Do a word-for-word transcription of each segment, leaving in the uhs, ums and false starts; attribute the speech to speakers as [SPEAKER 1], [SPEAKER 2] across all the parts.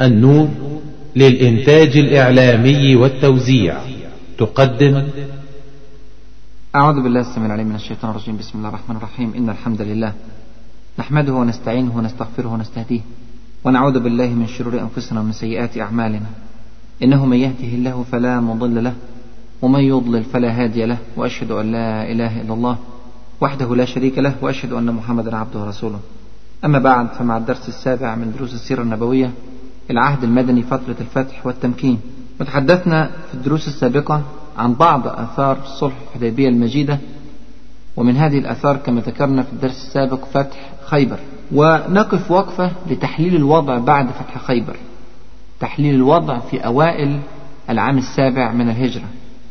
[SPEAKER 1] النور للإنتاج الإعلامي والتوزيع تقدم.
[SPEAKER 2] أعوذ بالله السميع العليم من الشيطان الرجيم. بسم الله الرحمن الرحيم. إن الحمد لله نحمده ونستعينه ونستغفره ونستهديه ونعوذ بالله من شرور أنفسنا ومن سيئات أعمالنا. إنه من يهده الله فلا مضل له ومن يضلل فلا هادي له، وأشهد أن لا إله إلا الله وحده لا شريك له، وأشهد أن محمدا عبده ورسوله. أما بعد، فمع الدرس السابع من دروس السيرة النبوية، العهد المدني، فترة الفتح والتمكين. وتحدثنا في الدروس السابقة عن بعض آثار صلح الحديبية المجيدة، ومن هذه الآثار كما ذكرنا في الدرس السابق فتح خيبر. ونقف وقفة لتحليل الوضع بعد فتح خيبر، تحليل الوضع في أوائل العام السابع من الهجرة.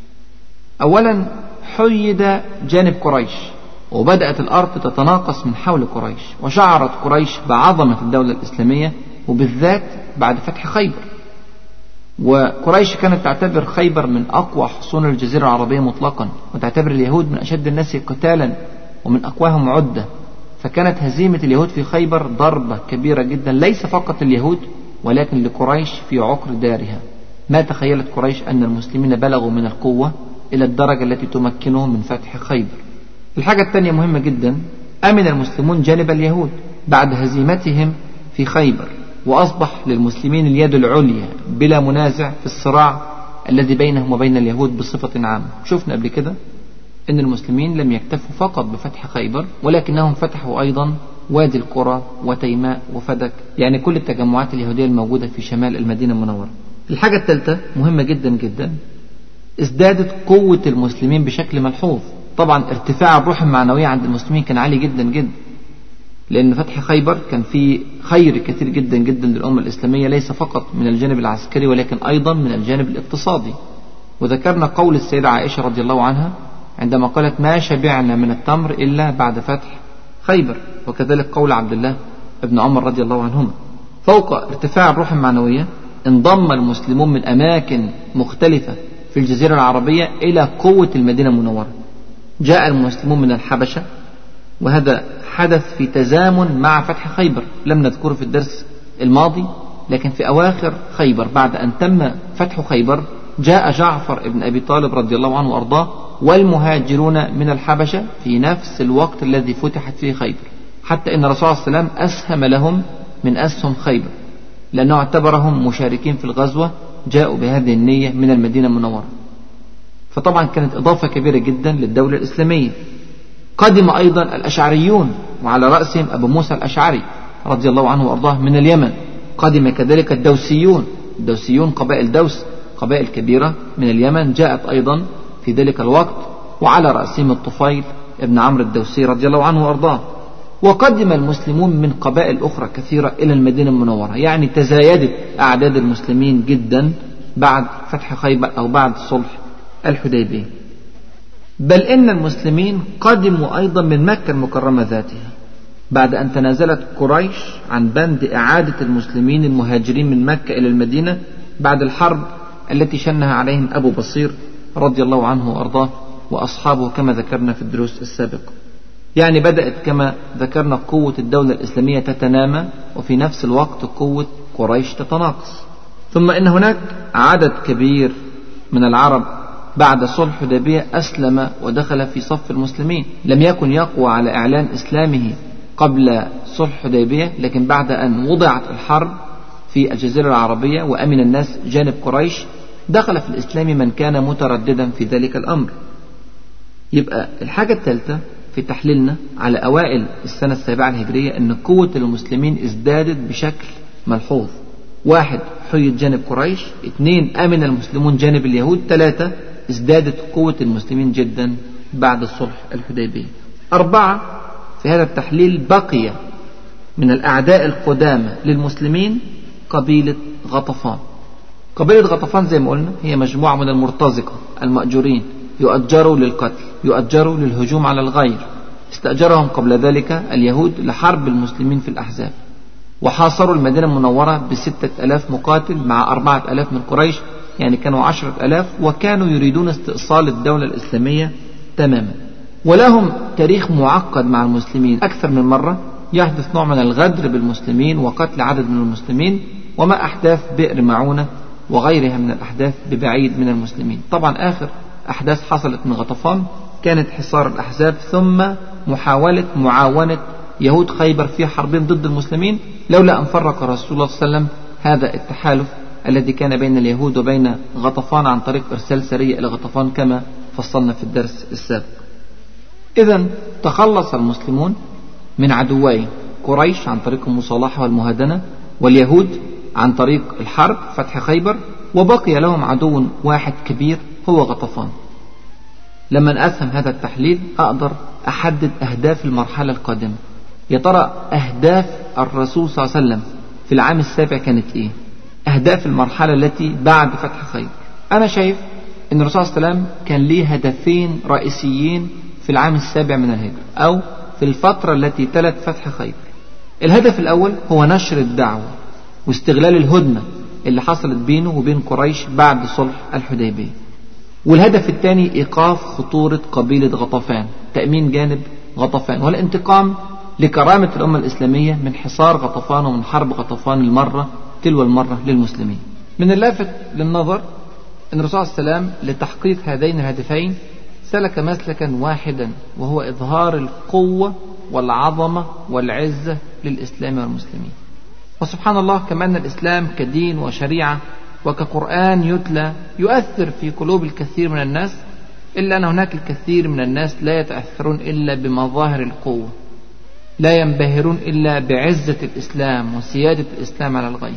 [SPEAKER 2] أولا حيد جانب قريش، وبدأت الأرض تتناقص من حول قريش، وشعرت قريش بعظمة الدولة الإسلامية، وبالذات بعد فتح خيبر. وقريش كانت تعتبر خيبر من أقوى حصون الجزيرة العربية مطلقا، وتعتبر اليهود من أشد الناس قتالا ومن أقواهم عدة. فكانت هزيمة اليهود في خيبر ضربة كبيرة جدا، ليس فقط لليهود ولكن لقريش في عقر دارها. ما تخيلت قريش أن المسلمين بلغوا من القوة إلى الدرجة التي تمكنهم من فتح خيبر. الحاجة الثانية مهمة جدا، أمن المسلمون جانب اليهود بعد هزيمتهم في خيبر، وأصبح للمسلمين اليد العليا بلا منازع في الصراع الذي بينهم وبين اليهود بصفة عامة. شفنا قبل كده أن المسلمين لم يكتفوا فقط بفتح خيبر، ولكنهم فتحوا أيضا وادي القرى وتيماء وفدك، يعني كل التجمعات اليهودية الموجودة في شمال المدينة المنورة. الحاجة الثالثة مهمة جدا جدا، ازدادت قوة المسلمين بشكل ملحوظ. طبعا ارتفاع الروح المعنوية عند المسلمين كان عالي جدا جدا، لأن فتح خيبر كان فيه خير كثير جدا جدا للأمة الإسلامية، ليس فقط من الجانب العسكري ولكن أيضا من الجانب الاقتصادي. وذكرنا قول السيدة عائشة رضي الله عنها عندما قالت: ما شبعنا من التمر إلا بعد فتح خيبر. وكذلك قول عبد الله ابن عمر رضي الله عنهما. فوق ارتفاع الروح المعنوية، انضم المسلمون من أماكن مختلفة في الجزيرة العربية إلى قوة المدينة المنورة. جاء المسلمون من الحبشة، وهذا حدث في تزامن مع فتح خيبر، لم نذكره في الدرس الماضي، لكن في أواخر خيبر بعد أن تم فتح خيبر جاء جعفر ابن أبي طالب رضي الله عنه وأرضاه والمهاجرون من الحبشة في نفس الوقت الذي فتحت فيه خيبر، حتى إن الرسول صلى الله عليه وسلم أسهم لهم من أسهم خيبر، لأنه اعتبرهم مشاركين في الغزوة جاءوا بهذه النية من المدينة المنورة. فطبعا كانت إضافة كبيرة جدا للدولة الإسلامية. قدم أيضا الأشعريون، وعلى رأسهم أبو موسى الأشعري رضي الله عنه وأرضاه من اليمن. قدم كذلك الدوسيون، الدوسيون قبائل دوس، قبائل كبيرة من اليمن جاءت أيضا في ذلك الوقت، وعلى رأسهم الطفيل ابن عمرو الدوسي رضي الله عنه وأرضاه. وقدم المسلمون من قبائل أخرى كثيرة إلى المدينة المنورة، يعني تزايدت أعداد المسلمين جدا بعد فتح خيبر أو بعد صلح الحديبية. بل إن المسلمين قدموا أيضا من مكة المكرمة ذاتها بعد أن تنازلت قريش عن بند إعادة المسلمين المهاجرين من مكة إلى المدينة بعد الحرب التي شنها عليهم أبو بصير رضي الله عنه وأرضاه وأصحابه كما ذكرنا في الدروس السابقة. يعني بدأت كما ذكرنا قوة الدولة الإسلامية تتنامى، وفي نفس الوقت قوة قريش تتناقص. ثم إن هناك عدد كبير من العرب بعد صلح الحديبية أسلم ودخل في صف المسلمين، لم يكن يقوى على إعلان إسلامه قبل صلح الحديبية، لكن بعد أن وضعت الحرب في الجزيرة العربية وأمن الناس جانب قريش دخل في الإسلام من كان مترددا في ذلك الأمر. يبقى الحاجة الثالثة في تحليلنا على أوائل السنة السابعة الهجرية أن قوة المسلمين ازدادت بشكل ملحوظ. واحد، حيد جانب قريش. اثنين، أمن المسلمون جانب اليهود. ثلاثة، ازدادت قوة المسلمين جدا بعد صلح الحديبية. أربعة، في هذا التحليل بقي من الأعداء القدامى للمسلمين قبيلة غطفان. قبيلة غطفان زي ما قلنا هي مجموعة من المرتزقة المأجورين، يؤجروا للقتل، يؤجروا للهجوم على الغير. استأجرهم قبل ذلك اليهود لحرب المسلمين في الأحزاب، وحاصروا المدينة المنورة بستة ألاف مقاتل مع أربعة ألاف من قريش، يعني كانوا عشرة ألاف، وكانوا يريدون استئصال الدولة الإسلامية تماما. ولهم تاريخ معقد مع المسلمين، أكثر من مرة يحدث نوع من الغدر بالمسلمين وقتل عدد من المسلمين، وما أحداث بئر معونة وغيرها من الأحداث ببعيد من المسلمين. طبعا آخر أحداث حصلت من غطفان كانت حصار الأحزاب، ثم محاولة معاونة يهود خيبر في حربين ضد المسلمين، لولا أن فرق رسول الله صلى الله عليه وسلم هذا التحالف الذي كان بين اليهود وبين غطفان عن طريق إرسال سرية إلى غطفان كما فصلنا في الدرس السابق. إذن تخلص المسلمون من عدوي قريش عن طريق المصالحة والمهادنة، واليهود عن طريق الحرب فتح خيبر، وبقي لهم عدو واحد كبير هو غطفان. لما أفهم هذا التحليل أقدر أحدد أهداف المرحلة القادمة. يا ترى أهداف الرسول صلى الله عليه وسلم في العام السابع كانت إيه؟ أهداف المرحلة التي بعد فتح خيبر. أنا شايف أن الرسول صلى الله عليه وسلم كان ليه هدفين رئيسيين في العام السابع من الهجرة، أو في الفترة التي تلت فتح خيبر. الهدف الأول هو نشر الدعوة واستغلال الهدنة اللي حصلت بينه وبين قريش بعد صلح الحديبية. والهدف الثاني إيقاف خطورة قبيلة غطفان، تأمين جانب غطفان والانتقام لكرامة الأمة الإسلامية من حصار غطفان ومن حرب غطفان المرة تلو المرة للمسلمين. من اللافت للنظر أن الرسول صلى الله عليه وسلم لتحقيق هذين الهدفين سلك مسلكا واحدا، وهو إظهار القوة والعظمة والعزة للإسلام والمسلمين. وسبحان الله، كما أن الإسلام كدين وشريعة وكقرآن يتلى يؤثر في قلوب الكثير من الناس، إلا أن هناك الكثير من الناس لا يتأثرون إلا بمظاهر القوة، لا ينبهرون إلا بعزة الإسلام وسيادة الإسلام على الغير.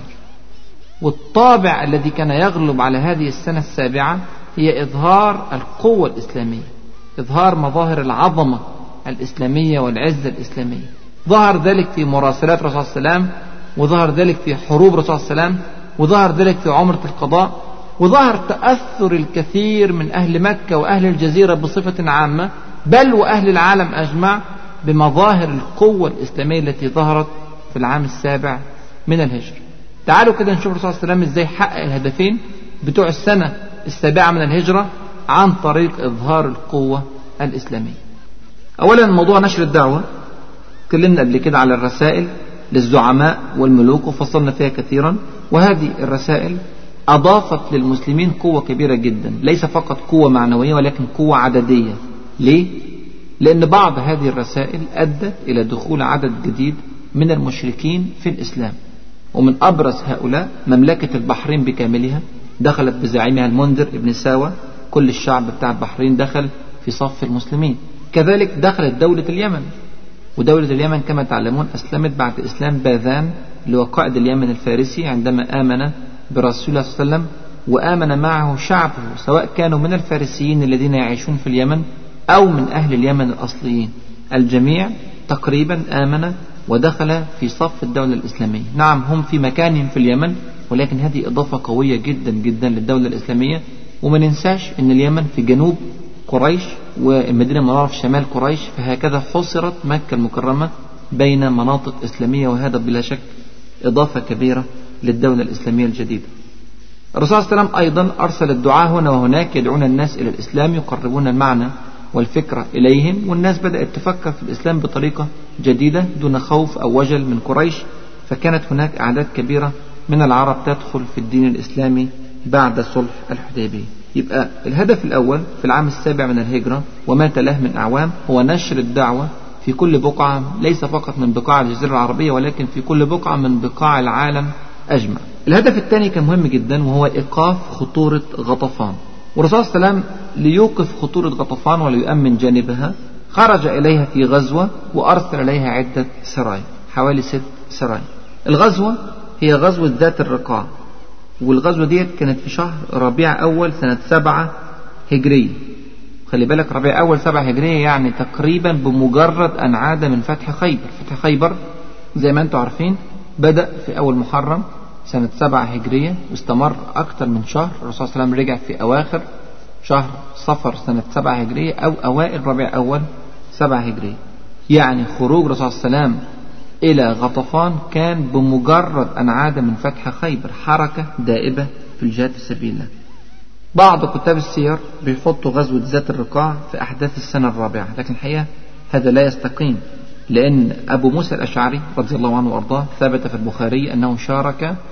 [SPEAKER 2] والطابع الذي كان يغلب على هذه السنة السابعة هي إظهار القوة الإسلامية، إظهار مظاهر العظمة الإسلامية والعزة الإسلامية. ظهر ذلك في مراسلات الرسول صلى الله عليه وسلم، وظهر ذلك في حروب الرسول صلى الله عليه وسلم، وظهر ذلك في عمرة القضاء، وظهر تأثر الكثير من أهل مكة وأهل الجزيرة بصفة عامة، بل وأهل العالم أجمع، بمظاهر القوة الإسلامية التي ظهرت في العام السابع من الهجرة. تعالوا كده نشوف الرسول صلى الله عليه وسلم ازاي حقق الهدفين بتوع السنة السابعة من الهجرة عن طريق إظهار القوة الإسلامية. أولا موضوع نشر الدعوة، تكلمنا قبل كده على الرسائل للزعماء والملوك وفصلنا فيها كثيرا، وهذه الرسائل أضافت للمسلمين قوة كبيرة جدا، ليس فقط قوة معنوية ولكن قوة عددية. ليه؟ لأن بعض هذه الرسائل أدت إلى دخول عدد جديد من المشركين في الإسلام، ومن أبرز هؤلاء مملكة البحرين بكاملها دخلت بزعيمها المنذر ابن ساوى، كل الشعب بتاع البحرين دخل في صف المسلمين. كذلك دخلت دولة اليمن، ودولة اليمن كما تعلمون أسلمت بعد إسلام باذان اللي هو قائد اليمن الفارسي عندما آمن برسول الله صلى الله عليه وسلم، وآمن معه شعبه سواء كانوا من الفارسيين الذين يعيشون في اليمن أو من أهل اليمن الأصليين، الجميع تقريبا آمن ودخل في صف الدولة الإسلامية. نعم هم في مكانهم في اليمن، ولكن هذه إضافة قوية جدا جدا للدولة الإسلامية. وما ننساش أن اليمن في جنوب قريش والمدينة المنورة في شمال قريش، فهكذا حصرت مكة المكرمة بين مناطق إسلامية، وهذا بلا شك إضافة كبيرة للدولة الإسلامية الجديدة. الرسول صلى الله عليه وسلم أيضا أرسل الدعاة هنا وهناك يدعون الناس إلى الإسلام، يقربون المعنى والفكرة إليهم، والناس بدأت تفكر في الإسلام بطريقة جديدة دون خوف أو وجل من قريش، فكانت هناك أعداد كبيرة من العرب تدخل في الدين الإسلامي بعد صلح الحديبية. يبقى الهدف الأول في العام السابع من الهجرة وما تلاه من أعوام هو نشر الدعوة في كل بقعة، ليس فقط من بقاع الجزيرة العربية ولكن في كل بقعة من بقاع العالم أجمع. الهدف الثاني كان مهم جدا وهو إيقاف خطورة غطفان، والرسول صلى الله عليه وسلم ليوقف خطورة غطفان وليؤمن جانبها خرج إليها في غزوة وأرسل إليها عدة سرايا، حوالي ست سرايا. الغزوة هي غزوة ذات الرقاع، والغزوة ديت كانت في شهر ربيع أول سنة سبعة هجرية. خلي بالك ربيع أول سبعة هجرية يعني تقريبا بمجرد أن عاد من فتح خيبر. فتح خيبر زي ما أنتم عارفين بدأ في أول محرم سنة سبعة هجرية واستمر أكثر من شهر. الرسول صلى الله عليه وسلم رجع في أواخر شهر صفر سنة سبعة هجرية أو أوائل ربيع أول سبعة هجرية. يعني خروج الرسول صلى الله عليه وسلم إلى غطفان كان بمجرد أن عاد من فتح خيبر، حركة دائبة في الجهاد في سبيل الله. بعض كتاب السير بيحطوا غزوة ذات الرقاع في أحداث السنة الرابعة، لكن الحقيقة هذا لا يستقيم، لأن أبو موسى الأشعري رضي الله عنه وأرضاه ثبت في البخاري أنه شارك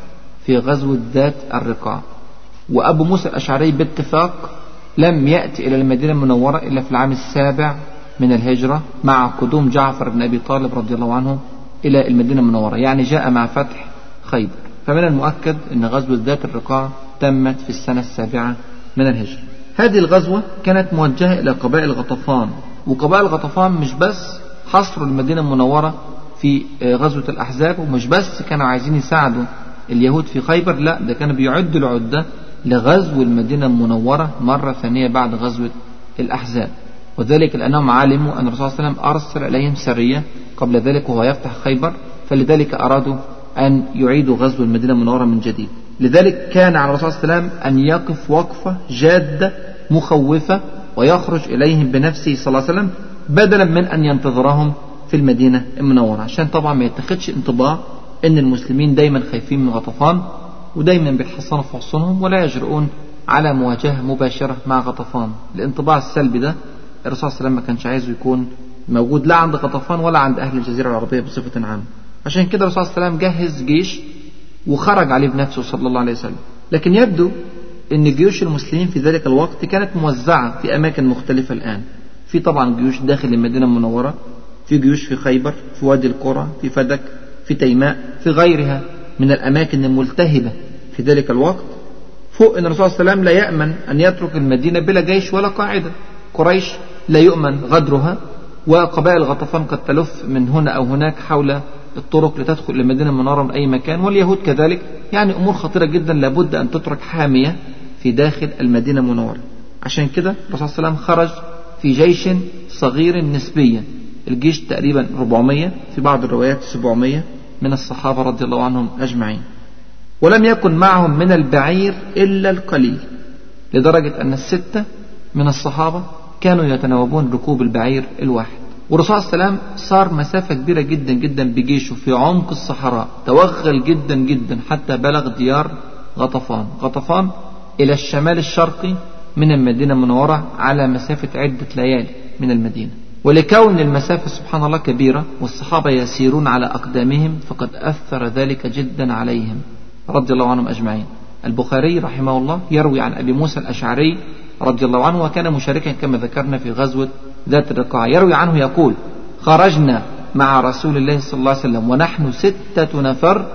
[SPEAKER 2] في غزوة ذات الرقاع. وأبو موسى الأشعري باتفاق لم يأتي إلى المدينة المنورة إلا في العام السابع من الهجرة مع قدوم جعفر بن أبي طالب رضي الله عنه إلى المدينة المنورة، يعني جاء مع فتح خيبر. فمن المؤكد أن غزوة ذات الرقاع تمت في السنة السابعة من الهجرة. هذه الغزوة كانت موجهة إلى قبائل غطفان، وقبائل غطفان مش بس حصروا المدينة المنورة في غزوة الأحزاب، ومش بس كانوا عايزين يساعدوا اليهود في خيبر، لا ده كانوا بيعدوا العدة لغزو المدينة المنورة مرة ثانية بعد غزوة الأحزاب. وذلك لأنهم علموا أن الرسول صلى الله عليه وسلم أرسل إليهم سرية قبل ذلك وهو يفتح خيبر، فلذلك أرادوا أن يعيدوا غزو المدينة المنورة من جديد. لذلك كان على الرسول صلى الله عليه وسلم أن يقف وقفة جادة مخوفة ويخرج إليهم بنفسه صلى الله عليه وسلم بدلا من أن ينتظرهم في المدينة المنورة، عشان طبعا ما يتخذش انطباع أن المسلمين دايما خايفين من غطفان ودايما بيتحصنوا في حصونهم ولا يجرؤون على مواجهة مباشرة مع غطفان. الانطباع السلبي ده الرسول صلى الله عليه وسلم ما كانش عايزه يكون موجود لا عند غطفان ولا عند أهل الجزيرة العربية بصفة عامة. عشان كده الرسول صلى الله عليه وسلم جهز جيش وخرج عليه بنفسه صلى الله عليه وسلم. لكن يبدو أن جيوش المسلمين في ذلك الوقت كانت موزعة في أماكن مختلفة الآن. في طبعا جيوش داخل المدينة المنورة، في جيوش في خيبر، في وادي القرى، في فدك، في تيماء، في غيرها من الأماكن الملتهبة في ذلك الوقت. فوق أن الرسول صلى الله عليه وسلم لا يأمن أن يترك المدينة بلا جيش ولا قاعدة. قريش لا يؤمن غدرها، وقبائل غطفان قد تلف من هنا أو هناك حول الطرق لتدخل المدينة المنورة من أي مكان، واليهود كذلك. يعني أمور خطيرة جدا لابد أن تترك حامية في داخل المدينة المنورة. عشان كده الرسول صلى الله عليه وسلم خرج في جيش صغير نسبيا، الجيش تقريبا أربعمائة، في بعض الروايات سبعمائة من الصحابة رضي الله عنهم أجمعين. ولم يكن معهم من البعير إلا القليل، لدرجة أن الستة من الصحابة كانوا يتناوبون ركوب البعير الواحد. والرسول صلى الله عليه وسلم صار مسافة كبيرة جدا جدا بجيشه في عمق الصحراء، توغل جدا جدا حتى بلغ ديار غطفان. غطفان إلى الشمال الشرقي من المدينة المنورة على مسافة عدة ليالي من المدينة. ولكون المسافة سبحان الله كبيرة والصحابة يسيرون على أقدامهم فقد أثر ذلك جدا عليهم رضي الله عنهم أجمعين. البخاري رحمه الله يروي عن أبي موسى الأشعري رضي الله عنه، وكان مشاركا كما ذكرنا في غزوة ذات الرقاع، يروي عنه يقول: خرجنا مع رسول الله صلى الله عليه وسلم ونحن ستة نفر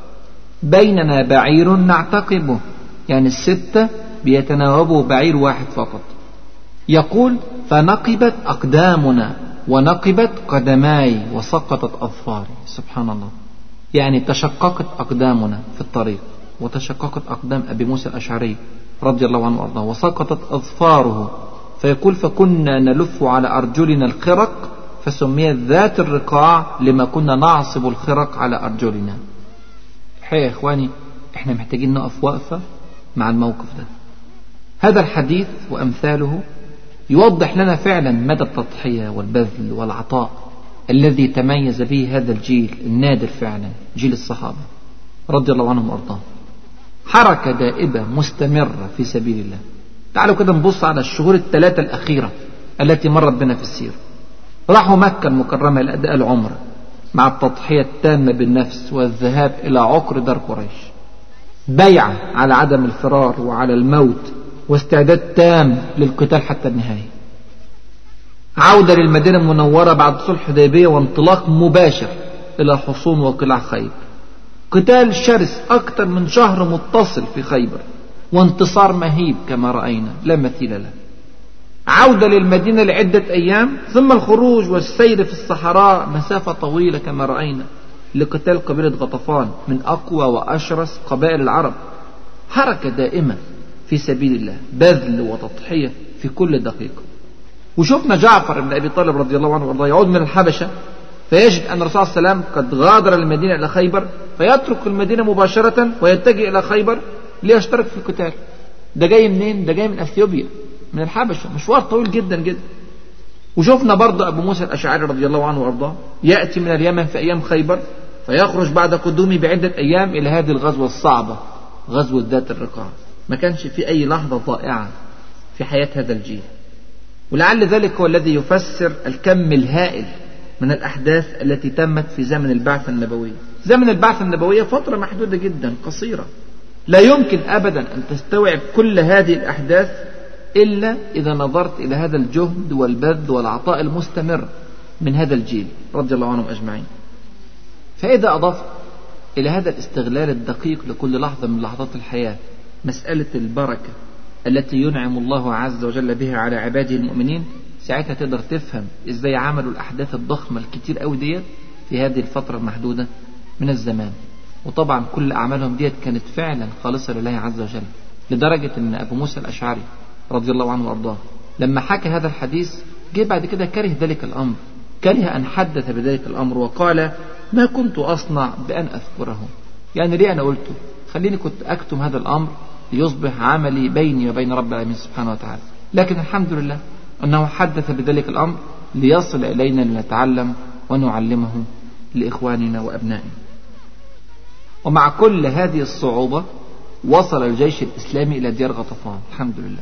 [SPEAKER 2] بيننا بعير نعتقبه، يعني الستة بيتناوبوا بعير واحد فقط. يقول: فنقبت أقدامنا ونقبت قدماي وسقطت أظفاري. سبحان الله، يعني تشققت أقدامنا في الطريق وتشققت أقدام أبي موسى الأشعري رضي الله عنه وأرضاه وسقطت أظفاره. فيقول: فكنا نلف على أرجلنا الخرق فسميت ذات الرقاع لما كنا نعصب الخرق على أرجلنا. الحقيقة يا إخواني إحنا محتاجين نقف وقفة مع الموقف ده. هذا الحديث وأمثاله يوضح لنا فعلا مدى التضحية والبذل والعطاء الذي تميز به هذا الجيل النادر فعلا، جيل الصحابة رضي الله عنهم وأرضاهم. حركة دائبة مستمرة في سبيل الله. تعالوا كده نبص على الشهور الثلاثة الأخيرة التي مرت بنا في السيرة. راحوا مكة المكرمة لأداء العمرة مع التضحية التامة بالنفس والذهاب إلى عقر دار قريش، بيعة على عدم الفرار وعلى الموت واستعداد تام للقتال حتى النهاية. عودة للمدينة المنورة بعد صلح الحديبية وانطلاق مباشر إلى حصون وقلاع خيبر. قتال شرس أكثر من شهر متصل في خيبر، وانتصار مهيب كما رأينا لا مثيل له. عودة للمدينة لعدة أيام، ثم الخروج والسير في الصحراء مسافة طويلة كما رأينا لقتال قبيلة غطفان من أقوى وأشرس قبائل العرب. حركة دائمة في سبيل الله، بذل وتضحية في كل دقيقة. وشفنا جعفر بن أبي طالب رضي الله عنه وارضاه يعود من الحبشة فيجد أن الرسول صلى الله عليه وسلم قد غادر المدينة إلى خيبر، فيترك المدينة مباشرة ويتجه إلى خيبر ليشترك في القتال. ده جاي منين؟ ده جاي من أثيوبيا، من الحبشة، مشوار طويل جدا جدا. وشفنا برضه أبو موسى الأشعري رضي الله عنه وارضاه يأتي من اليمن في أيام خيبر، فيخرج بعد قدومه بعدة أيام إلى هذه الغزوة الصعبة، غزوة ذات الرقاع. ما كانش في أي لحظة ضائعة في حياة هذا الجيل. ولعل ذلك هو الذي يفسر الكم الهائل من الأحداث التي تمت في زمن البعثة النبوية. زمن البعثة النبوية فترة محدودة جدا قصيرة، لا يمكن أبدا أن تستوعب كل هذه الأحداث إلا إذا نظرت إلى هذا الجهد والبذل والعطاء المستمر من هذا الجيل رضي الله عنهم أجمعين. فإذا أضفت إلى هذا الاستغلال الدقيق لكل لحظة من لحظات الحياة مسألة البركة التي ينعم الله عز وجل بها على عباده المؤمنين، ساعتها تقدر تفهم إزاي عملوا الأحداث الضخمة الكتير أوي ديت في هذه الفترة المحدودة من الزمان. وطبعا كل أعمالهم ديت كانت فعلا خالصة لله عز وجل، لدرجة أن أبو موسى الأشعري رضي الله عنه وأرضاه لما حكى هذا الحديث جه بعد كده كره ذلك الأمر، كره أن حدث بذلك الأمر وقال: ما كنت أصنع بأن أذكره، يعني ليه أنا قلته؟ خليني كنت أكتم هذا الأمر ليصبح عملي بيني وبين رب العالمين سبحانه وتعالى. لكن الحمد لله أنه حدث بذلك الأمر ليصل إلينا لنتعلم ونعلمه لإخواننا وأبنائنا. ومع كل هذه الصعوبة وصل الجيش الإسلامي إلى ديار غطفان الحمد لله.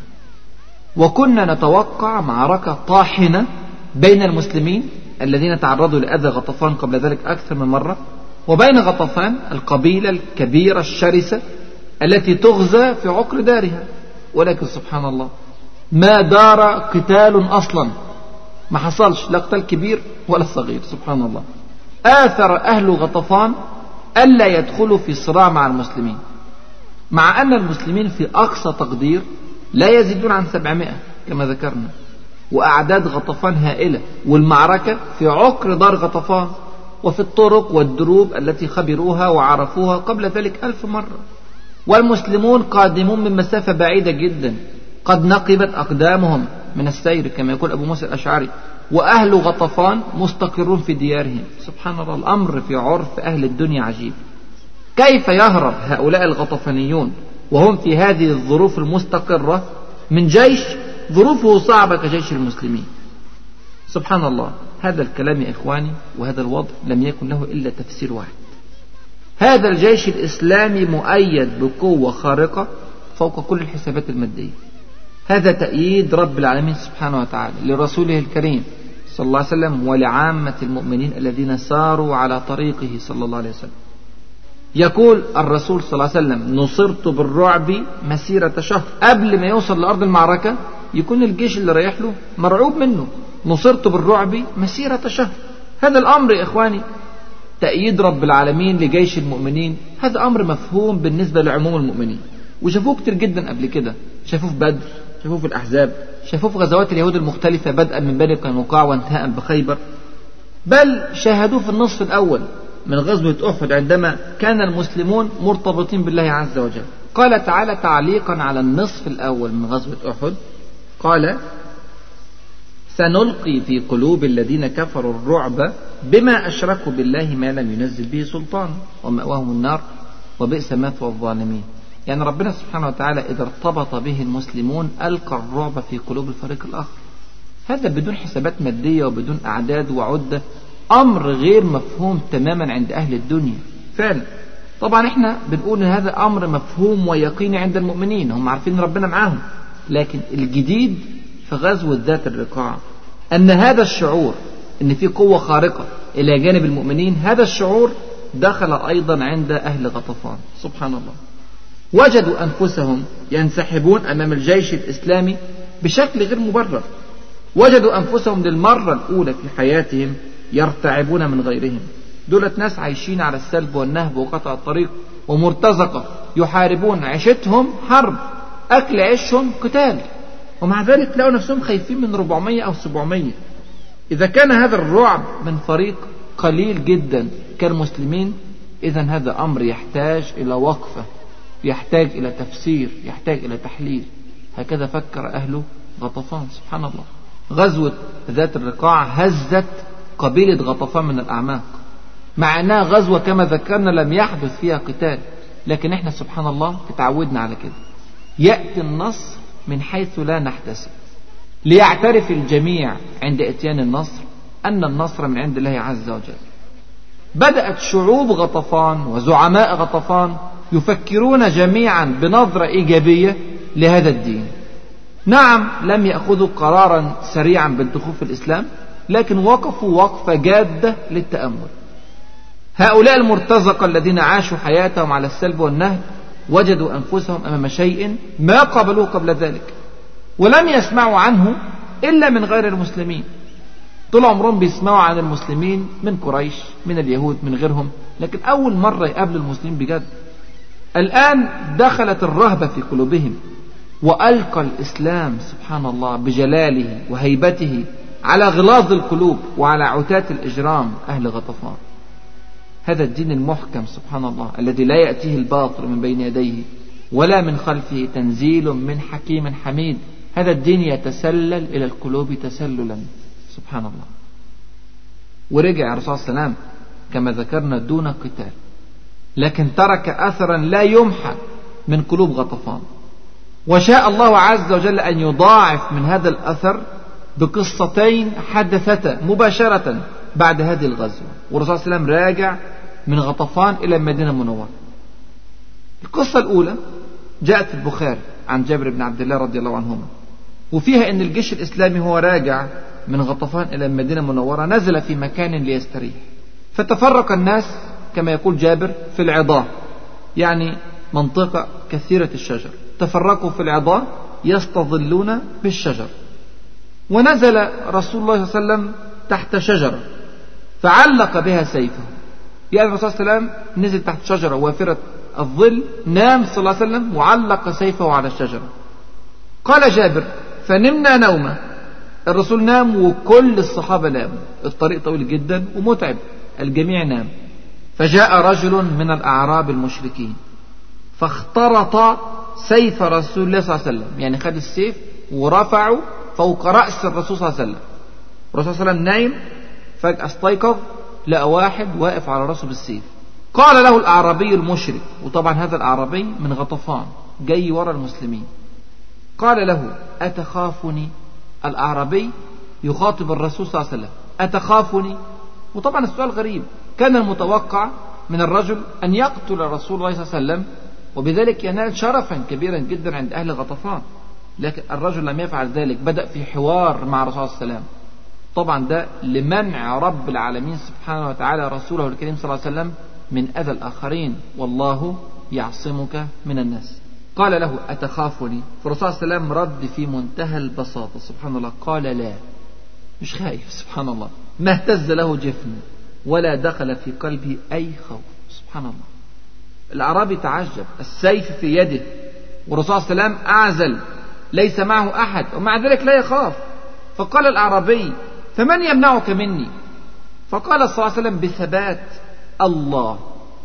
[SPEAKER 2] وكنا نتوقع معركة طاحنة بين المسلمين الذين تعرضوا لأذى غطفان قبل ذلك أكثر من مرة، وبين غطفان القبيلة الكبيرة الشرسة التي تغزى في عقر دارها. ولكن سبحان الله ما دار قتال أصلا، ما حصلش لا قتال كبير ولا صغير. سبحان الله آثر أهل غطفان ألا يدخلوا في صراع مع المسلمين، مع أن المسلمين في أقصى تقدير لا يزيدون عن سبعمائة كما ذكرنا، وأعداد غطفان هائلة، والمعركة في عقر دار غطفان وفي الطرق والدروب التي خبروها وعرفوها قبل ذلك ألف مرة. والمسلمون قادمون من مسافة بعيدة جدا، قد نقبت أقدامهم من السير كما يقول أبو موسى الأشعري، وأهل غطفان مستقرون في ديارهم. سبحان الله الأمر في عرف أهل الدنيا عجيب. كيف يهرب هؤلاء الغطفانيون وهم في هذه الظروف المستقرة من جيش ظروفه صعبة كجيش المسلمين؟ سبحان الله هذا الكلام يا إخواني وهذا الوضع لم يكن له إلا تفسير واحد: هذا الجيش الإسلامي مؤيد بقوة خارقة فوق كل الحسابات المادية. هذا تأييد رب العالمين سبحانه وتعالى لرسوله الكريم صلى الله عليه وسلم ولعامة المؤمنين الذين ساروا على طريقه صلى الله عليه وسلم. يقول الرسول صلى الله عليه وسلم: نصرت بالرعب مسيرة شهر. قبل ما يوصل لأرض المعركة يكون الجيش اللي رايح له مرعوب منه. نصرت بالرعب مسيرة شهر. هذا الأمر يا إخواني تأييد رب العالمين لجيش المؤمنين، هذا أمر مفهوم بالنسبة لعموم المؤمنين، وشافوه كتير جدا قبل كده. شافوه في بدر، شافوه في الأحزاب، شافوه في غزوات اليهود المختلفة بدءا من بني قينقاع وانتهاء بخيبر، بل شاهدوه في النصف الأول من غزوة أحد عندما كان المسلمون مرتبطين بالله عز وجل. قال تعالى تعليقا على النصف الأول من غزوة أحد: قال: سنلقي في قلوب الذين كفروا الرعب بما أشركوا بالله ما لم ينزل به سلطان ومأواهم النار وبئس مثوى الظالمين. يعني ربنا سبحانه وتعالى إذا ارتبط به المسلمون ألقى الرعب في قلوب الفريق الآخر. هذا بدون حسابات مادية وبدون أعداد وعدة، أمر غير مفهوم تماما عند أهل الدنيا فعلا. طبعا احنا بنقول ان هذا أمر مفهوم ويقيني عند المؤمنين، هم عارفين ربنا معاهم. لكن الجديد في غزوة ذات الرقاع أن هذا الشعور أن في قوة خارقة إلى جانب المؤمنين، هذا الشعور دخل أيضا عند أهل غطفان. سبحان الله وجدوا أنفسهم ينسحبون أمام الجيش الإسلامي بشكل غير مبرر. وجدوا أنفسهم للمرة الأولى في حياتهم يرتعبون من غيرهم. دولة ناس عايشين على السلب والنهب وقطع الطريق ومرتزقة، يحاربون، عيشتهم حرب، أكل عيشهم قتال، ومع ذلك لقوا نفسهم خايفين من أربعمائة أو سبعمائة. إذا كان هذا الرعب من فريق قليل جدا كالمسلمين، إذا هذا أمر يحتاج إلى وقفة، يحتاج إلى تفسير، يحتاج إلى تحليل. هكذا فكر أهل غطفان. سبحان الله غزوة ذات الرقاع هزت قبيلة غطفان من الأعماق، مع أنها غزوة كما ذكرنا لم يحدث فيها قتال، لكن احنا سبحان الله تعودنا على كده. يأتي النصر من حيث لا نحتسب، ليعترف الجميع عند اتيان النصر أن النصر من عند الله عز وجل. بدأت شعوب غطفان وزعماء غطفان يفكرون جميعا بنظرة إيجابية لهذا الدين. نعم لم يأخذوا قرارا سريعا بالدخول في الإسلام، لكن وقفوا وقفة جادة للتأمل. هؤلاء المرتزقة الذين عاشوا حياتهم على السلب والنهب وجدوا أنفسهم أمام شيء ما قبلوه قبل ذلك، ولم يسمعوا عنه إلا من غير المسلمين. طول عمرهم بيسمعوا عن المسلمين من قريش، من اليهود، من غيرهم، لكن أول مرة يقابلوا المسلمين بجد. الآن دخلت الرهبة في قلوبهم، وألقى الإسلام سبحان الله بجلاله وهيبته على غلاظ القلوب وعلى عتاة الإجرام أهل غطفان. هذا الدين المحكم سبحان الله الذي لا يأتيه الباطل من بين يديه ولا من خلفه، تنزيل من حكيم حميد. هذا الدين يتسلل إلى القلوب تسللا سبحان الله. ورجع الرسول صلى الله عليه وسلم كما ذكرنا دون قتال، لكن ترك أثرا لا يمحى من قلوب غطفان. وشاء الله عز وجل أن يضاعف من هذا الأثر بقصتين حدثتا مباشرة بعد هذه الغزوة، والرسول صلى الله عليه وسلم راجع من غطفان إلى المدينة المنورة. القصة الأولى جاءت في البخاري عن جابر بن عبد الله رضي الله عنهما، وفيها أن الجيش الإسلامي هو راجع من غطفان إلى المدينة المنورة نزل في مكان ليستريح، فتفرق الناس كما يقول جابر في العضاء، يعني منطقة كثيرة الشجر، تفرقوا في العضاء يستظلون بالشجر. ونزل رسول الله صلى الله عليه وسلم تحت شجرة فعلق بها سيفه، يعني الرسول صلى الله عليه وسلم نزل تحت شجرة وافرة الظل، نام صلى الله عليه وسلم وعلق سيفه على الشجرة. قال جابر فنمنا نومه، الرسول نام وكل الصحابة ناموا، الطريق طويل جدا ومتعب، الجميع نام. فجاء رجل من الأعراب المشركين فاخترط سيف رسول الله صلى الله عليه وسلم، يعني خد السيف ورفعه فوق رأس الرسول صلى الله عليه وسلم. الرسول صلى الله عليه وسلم نايم، فجأة استيقظ لقى واحد واقف على رأسه بالسيف. قال له الأعرابي المشرك، وطبعا هذا الأعرابي من غطفان جاي ورا المسلمين، قال له أتخافني؟ الأعرابي يخاطب الرسول صلى الله عليه وسلم أتخافني؟ وطبعا السؤال غريب، كان المتوقع من الرجل أن يقتل رسول الله صلى الله عليه وسلم وبذلك ينال شرفا كبيرا جدا عند أهل غطفان، لكن الرجل لم يفعل ذلك، بدأ في حوار مع الرسول صلى الله عليه وسلم. طبعا ده لمنع رب العالمين سبحانه وتعالى رسوله الكريم صلى الله عليه وسلم من أذى الآخرين، والله يعصمك من الناس. قال له أتخافني؟ فالرسول صلى الله عليه وسلم رد في منتهى البساطة سبحان الله، قال لا، مش خايف سبحان الله، ما اهتز له جفن ولا دخل في قلبه أي خوف سبحان الله. الأعرابي تعجب، السيف في يده والرسول صلى الله عليه وسلم أعزل ليس معه أحد ومع ذلك لا يخاف. فقال الأعرابي فمن يمنعك مني؟ فقال صلى الله عليه وسلم بثبات الله.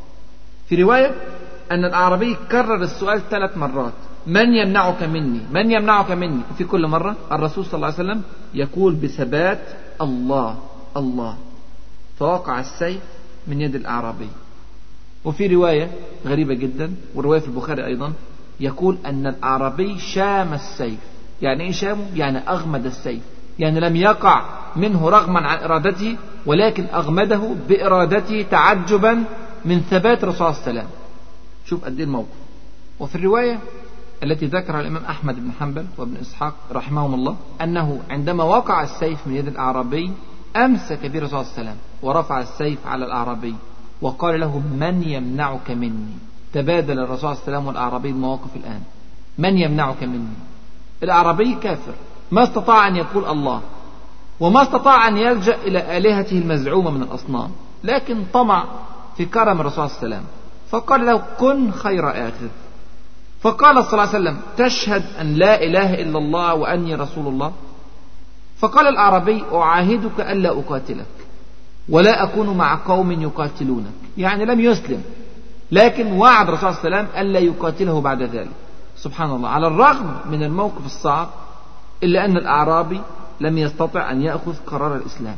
[SPEAKER 2] في رواية أن الأعرابي كرر السؤال ثلاث مرات، من يمنعك مني؟ من يمنعك مني؟ وفي كل مرة الرسول صلى الله عليه وسلم يقول بثبات الله الله، فوقع السيف من يد الأعرابي. وفي رواية غريبة جدا ورواية في البخاري أيضا يقول أن الأعرابي شام السيف. يعني إيه شامه؟ يعني أغمد السيف، يعني لم يقع منه رغما عن إرادته ولكن أغمده بإرادته تعجبا من ثبات الرسول صلى الله عليه وسلم. شوف قد ايه الموقف. وفي الرواية التي ذكرها الإمام أحمد بن حنبل وابن إسحاق رحمهم الله أنه عندما وقع السيف من يد الأعرابي أمسك به الرسول صلى الله عليه وسلم ورفع السيف على الأعرابي وقال له من يمنعك مني؟ تبادل الرسول صلى الله عليه وسلم والأعرابي المواقف الآن. من يمنعك مني؟ الأعرابي كافر ما استطاع أن يقول الله وما استطاع أن يلجأ إلى آلهته المزعومة من الأصنام، لكن طمع في كرم الرسول صلى الله عليه وسلم فقال له كن خير آخذ. فقال صلى الله عليه وسلم تشهد أن لا إله إلا الله وأني رسول الله؟ فقال الأعرابي أعاهدك ألا أقاتلك ولا أكون مع قوم يقاتلونك، يعني لم يسلم لكن وعد الرسول صلى الله عليه وسلم ألا يقاتله بعد ذلك. سبحان الله، على الرغم من الموقف الصعب إلا أن الأعرابي لم يستطع أن يأخذ قرار الإسلام.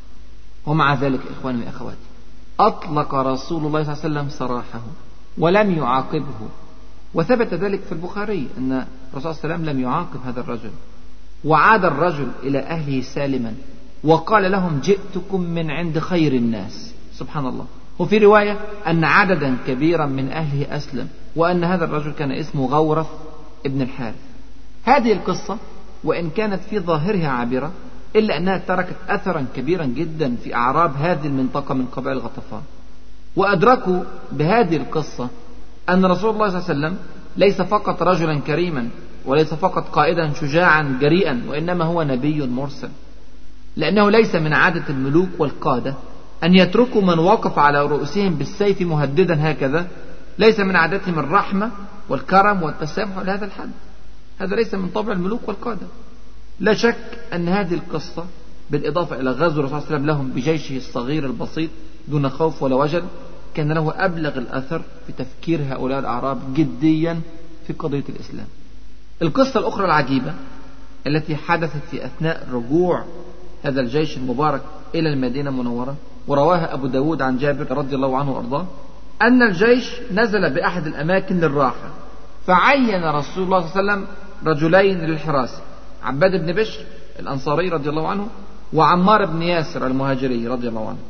[SPEAKER 2] ومع ذلك إخواني وأخواتي أطلق رسول الله صلى الله عليه وسلم سراحه ولم يعاقبه، وثبت ذلك في البخاري أن الرسول صلى الله عليه وسلم لم يعاقب هذا الرجل، وعاد الرجل إلى أهله سالما وقال لهم جئتكم من عند خير الناس. سبحان الله. وفي رواية أن عددا كبيرا من أهله أسلم، وأن هذا الرجل كان اسمه غورث ابن الحارث. هذه القصة وإن كانت في ظاهرها عابرة إلا أنها تركت أثرا كبيرا جدا في أعراب هذه المنطقة من قبائل غطفان، وأدركوا بهذه القصة أن رسول الله صلى الله عليه وسلم ليس فقط رجلا كريما وليس فقط قائدا شجاعا جريئا، وإنما هو نبي مرسل، لأنه ليس من عادة الملوك والقادة أن يتركوا من وقف على رؤوسهم بالسيف مهددا هكذا. ليس من عادتهم الرحمة والكرم والتسامح لهذا الحد، هذا ليس من طبع الملوك والقادة. لا شك أن هذه القصة بالإضافة إلى غزو الرسول صلى الله عليه وسلم لهم بجيشه الصغير البسيط دون خوف ولا وجل كان له أبلغ الأثر في تفكير هؤلاء الأعراب جديا في قضية الإسلام. القصة الأخرى العجيبة التي حدثت في أثناء رجوع هذا الجيش المبارك إلى المدينة المنورة، ورواها أبو داود عن جابر رضي الله عنه وأرضاه، أن الجيش نزل بأحد الأماكن للراحة، فعين رسول الله صلى الله عليه وسلم رجلين للحراسة، عباد بن بشر الأنصاري رضي الله عنه وعمار بن ياسر المهاجري رضي الله عنه،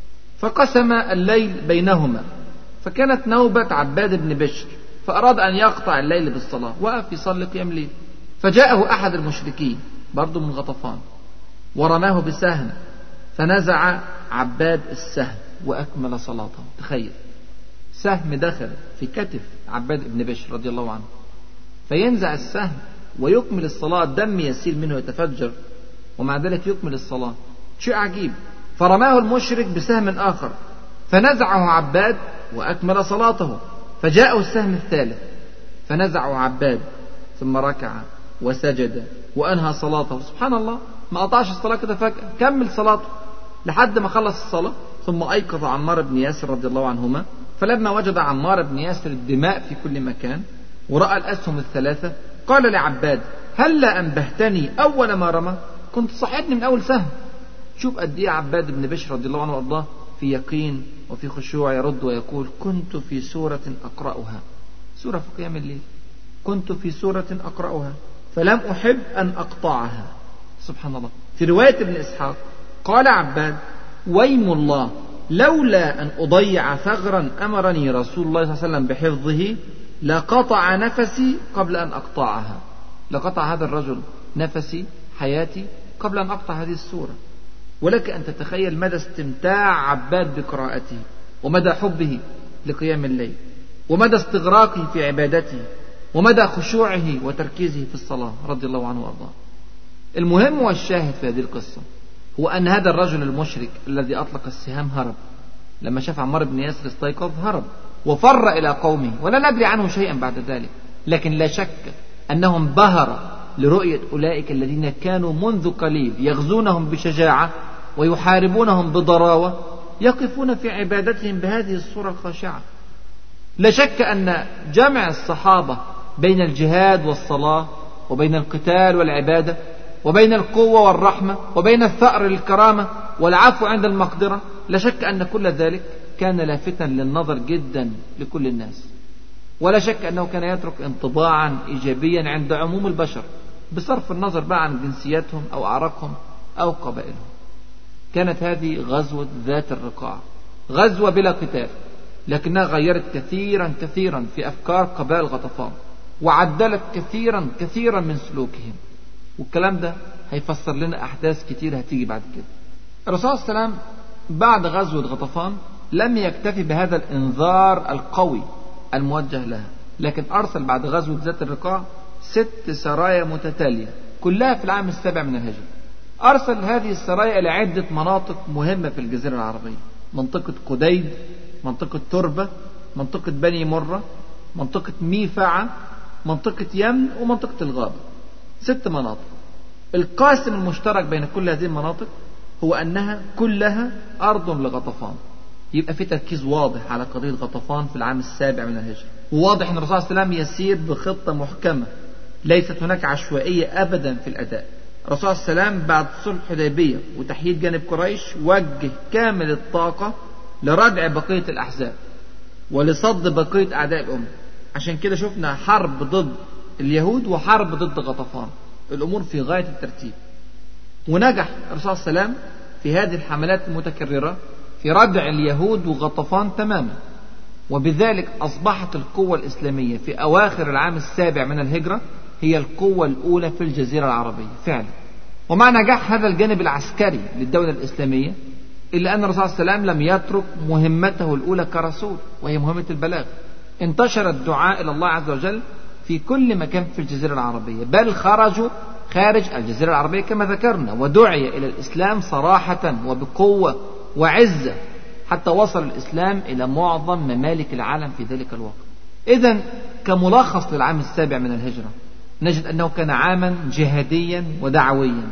[SPEAKER 2] فقسم الليل بينهما. فكانت نوبة عباد بن بشر، فأراد أن يقطع الليل بالصلاة، وقف يصلي قيام ليل، فجاءه أحد المشركين برضو من غطفان ورماه بسهم، فنزع عباد السهم وأكمل صلاته. تخيل، سهم دخل في كتف عباد بن بشر رضي الله عنه، فينزع السهم ويكمل الصلاة، دم يسيل منه يتفجر ومع ذلك يكمل الصلاة، شيء عجيب. فرماه المشرك بسهم آخر فنزعه عباد وأكمل صلاته، فجاءه السهم الثالث فنزعه عباد، ثم ركع وسجد وأنهى صلاته. سبحان الله، ما قطعش الصلاة كده فجأة، كمل صلاته لحد ما خلص الصلاة. ثم أيقظ عمار بن ياسر رضي الله عنهما، فلما وجد عمار بن ياسر الدماء في كل مكان ورأى الأسهم الثلاثة قال لعباد: هلا أنبهتني أول ما رمى، كنت صحيتني من أول سهم. شوف قد إيه عباد بن بشر رضي الله عنه وأرضاه في يقين وفي خشوع، يرد ويقول: كنت في سورة أقرأها، سورة في قيام الليل، كنت في سورة أقرأها فلم أحب أن أقطعها. سبحان الله. في رواية ابن إسحاق قال عباد: ويم الله، لولا أن أضيع ثغرا أمرني رسول الله صلى الله عليه وسلم بحفظه لقطع نفسي قبل أن أقطعها، لقطع هذا الرجل نفسي حياتي قبل أن أقطع هذه السورة. ولك أن تتخيل مدى استمتاع عباد بقراءته، ومدى حبه لقيام الليل، ومدى استغراقه في عبادته، ومدى خشوعه وتركيزه في الصلاة رضي الله عنه وأرضاه. المهم والشاهد في هذه القصة هو أن هذا الرجل المشرك الذي أطلق السهام هرب، لما شاف عمار بن ياسر استيقظ هرب وفر إلى قومه، ولا ندري عنه شيئا بعد ذلك. لكن لا شك أنهم بهر لرؤية أولئك الذين كانوا منذ قليل يغزونهم بشجاعة ويحاربونهم بضراوة، يقفون في عبادتهم بهذه الصورة الخاشعة. لا شك أن جمع الصحابة بين الجهاد والصلاة، وبين القتال والعبادة، وبين القوة والرحمة، وبين الثأر للكرامة والعفو عند المقدرة، لا شك أن كل ذلك كان لافتا للنظر جدا لكل الناس. ولا شك أنه كان يترك انطباعا إيجابيا عند عموم البشر، بصرف النظر بقى عن جنسياتهم أو أعراقهم أو قبائلهم. كانت هذه غزوة ذات الرقاع، غزوة بلا قتال، لكنها غيرت كثيرا كثيرا في أفكار قبائل غطفان، وعدلت كثيرا كثيرا من سلوكهم. والكلام ده هيفسر لنا أحداث كتير هتيجي بعد كده. الرسول صلى الله عليه وسلم بعد غزوة غطفان لم يكتفي بهذا الإنذار القوي الموجه لها، لكن أرسل بعد غزوة ذات الرقاع ست سرايا متتالية كلها في العام السابع من الهجرة. أرسل هذه السرايا إلى عدة مناطق مهمة في الجزيرة العربية: منطقة قديد، منطقة تربة، منطقة بني مرة، منطقة ميفعة، منطقة يمن، ومنطقة الغابة. ست مناطق. القاسم المشترك بين كل هذه المناطق هو أنها كلها أرض لغطفان. يبقى في تركيز واضح على قضية غطفان في العام السابع من الهجرة، وواضح أن الرسول صلى الله عليه وسلم يسير بخطة محكمة، ليست هناك عشوائية أبدا في الأداء. الرسول صلى الله عليه وسلم بعد صلح الحديبية وتحييد جانب قريش وجه كامل الطاقة لردع بقية الأحزاب ولصد بقية أعداء الأمة. عشان كده شفنا حرب ضد اليهود وحرب ضد غطفان، الأمور في غاية الترتيب. ونجح الرسول صلى الله عليه وسلم في هذه الحملات المتكررة في ردع اليهود وغطفان تماما، وبذلك أصبحت القوة الإسلامية في أواخر العام السابع من الهجرة هي القوة الأولى في الجزيرة العربية فعلا. ومع نجاح هذا الجانب العسكري للدولة الإسلامية، إلا أن الرسول صلى الله عليه وسلم لم يترك مهمته الأولى كرسول، وهي مهمة البلاغ. انتشر الدعاء إلى الله عز وجل في كل مكان في الجزيرة العربية، بل خرجوا خارج الجزيرة العربية كما ذكرنا، ودعي إلى الإسلام صراحة وبقوة وعزة، حتى وصل الإسلام إلى معظم ممالك العالم في ذلك الوقت. إذن كملخص للعام السابع من الهجرة نجد أنه كان عاما جهاديا ودعويا،